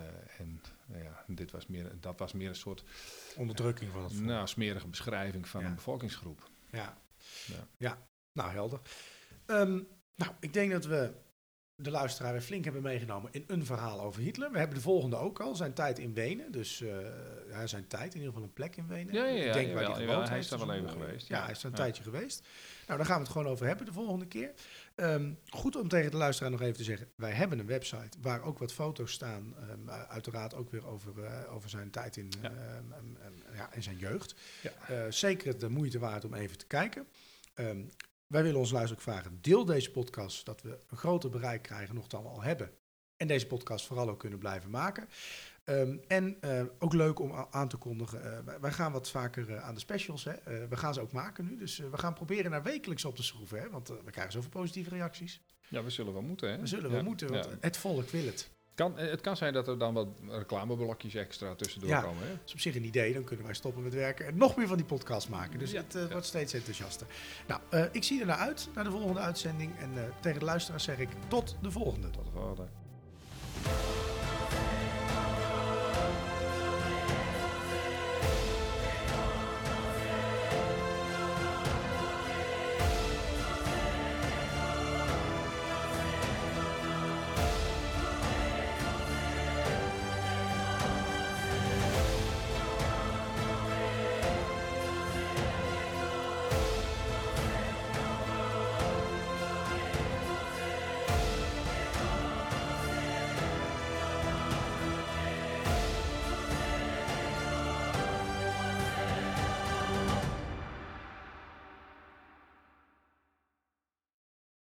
Dat was meer een soort Onderdrukking van het volk. smerige beschrijving van een bevolkingsgroep. Ja. Nou, helder. Ik denk dat we de luisteraar weer flink hebben meegenomen in een verhaal over Hitler. We hebben de volgende ook al, zijn tijd in Wenen. Dus zijn tijd, in ieder geval een plek in Wenen. Ik denk hij is daar wel even geweest. Ja, hij is er een tijdje geweest. Nou, daar gaan we het gewoon over hebben de volgende keer. Goed om tegen de luisteraar nog even te zeggen, wij hebben een website waar ook wat foto's staan. Uiteraard ook weer over zijn tijd in zijn jeugd. Ja. Zeker de moeite waard om even te kijken. Wij willen onze luisteraar ook vragen, deel deze podcast, zodat we een groter bereik krijgen nog dan we al hebben. En deze podcast vooral ook kunnen blijven maken. Ook leuk om aan te kondigen, wij gaan wat vaker aan de specials. Hè. We gaan ze ook maken nu, dus we gaan proberen naar wekelijks op te schroeven. Hè, want we krijgen zoveel positieve reacties. Ja, we zullen wel moeten. Hè? We zullen wel moeten, want het volk wil het. Het kan zijn dat er dan wat reclameblokjes extra tussendoor komen. Hè? Dat is op zich een idee. Dan kunnen wij stoppen met werken en nog meer van die podcast maken. Dus het wordt steeds enthousiaster. Nou, ik zie er naar uit, naar de volgende uitzending. En tegen de luisteraars zeg ik tot de volgende. Tot de volgende.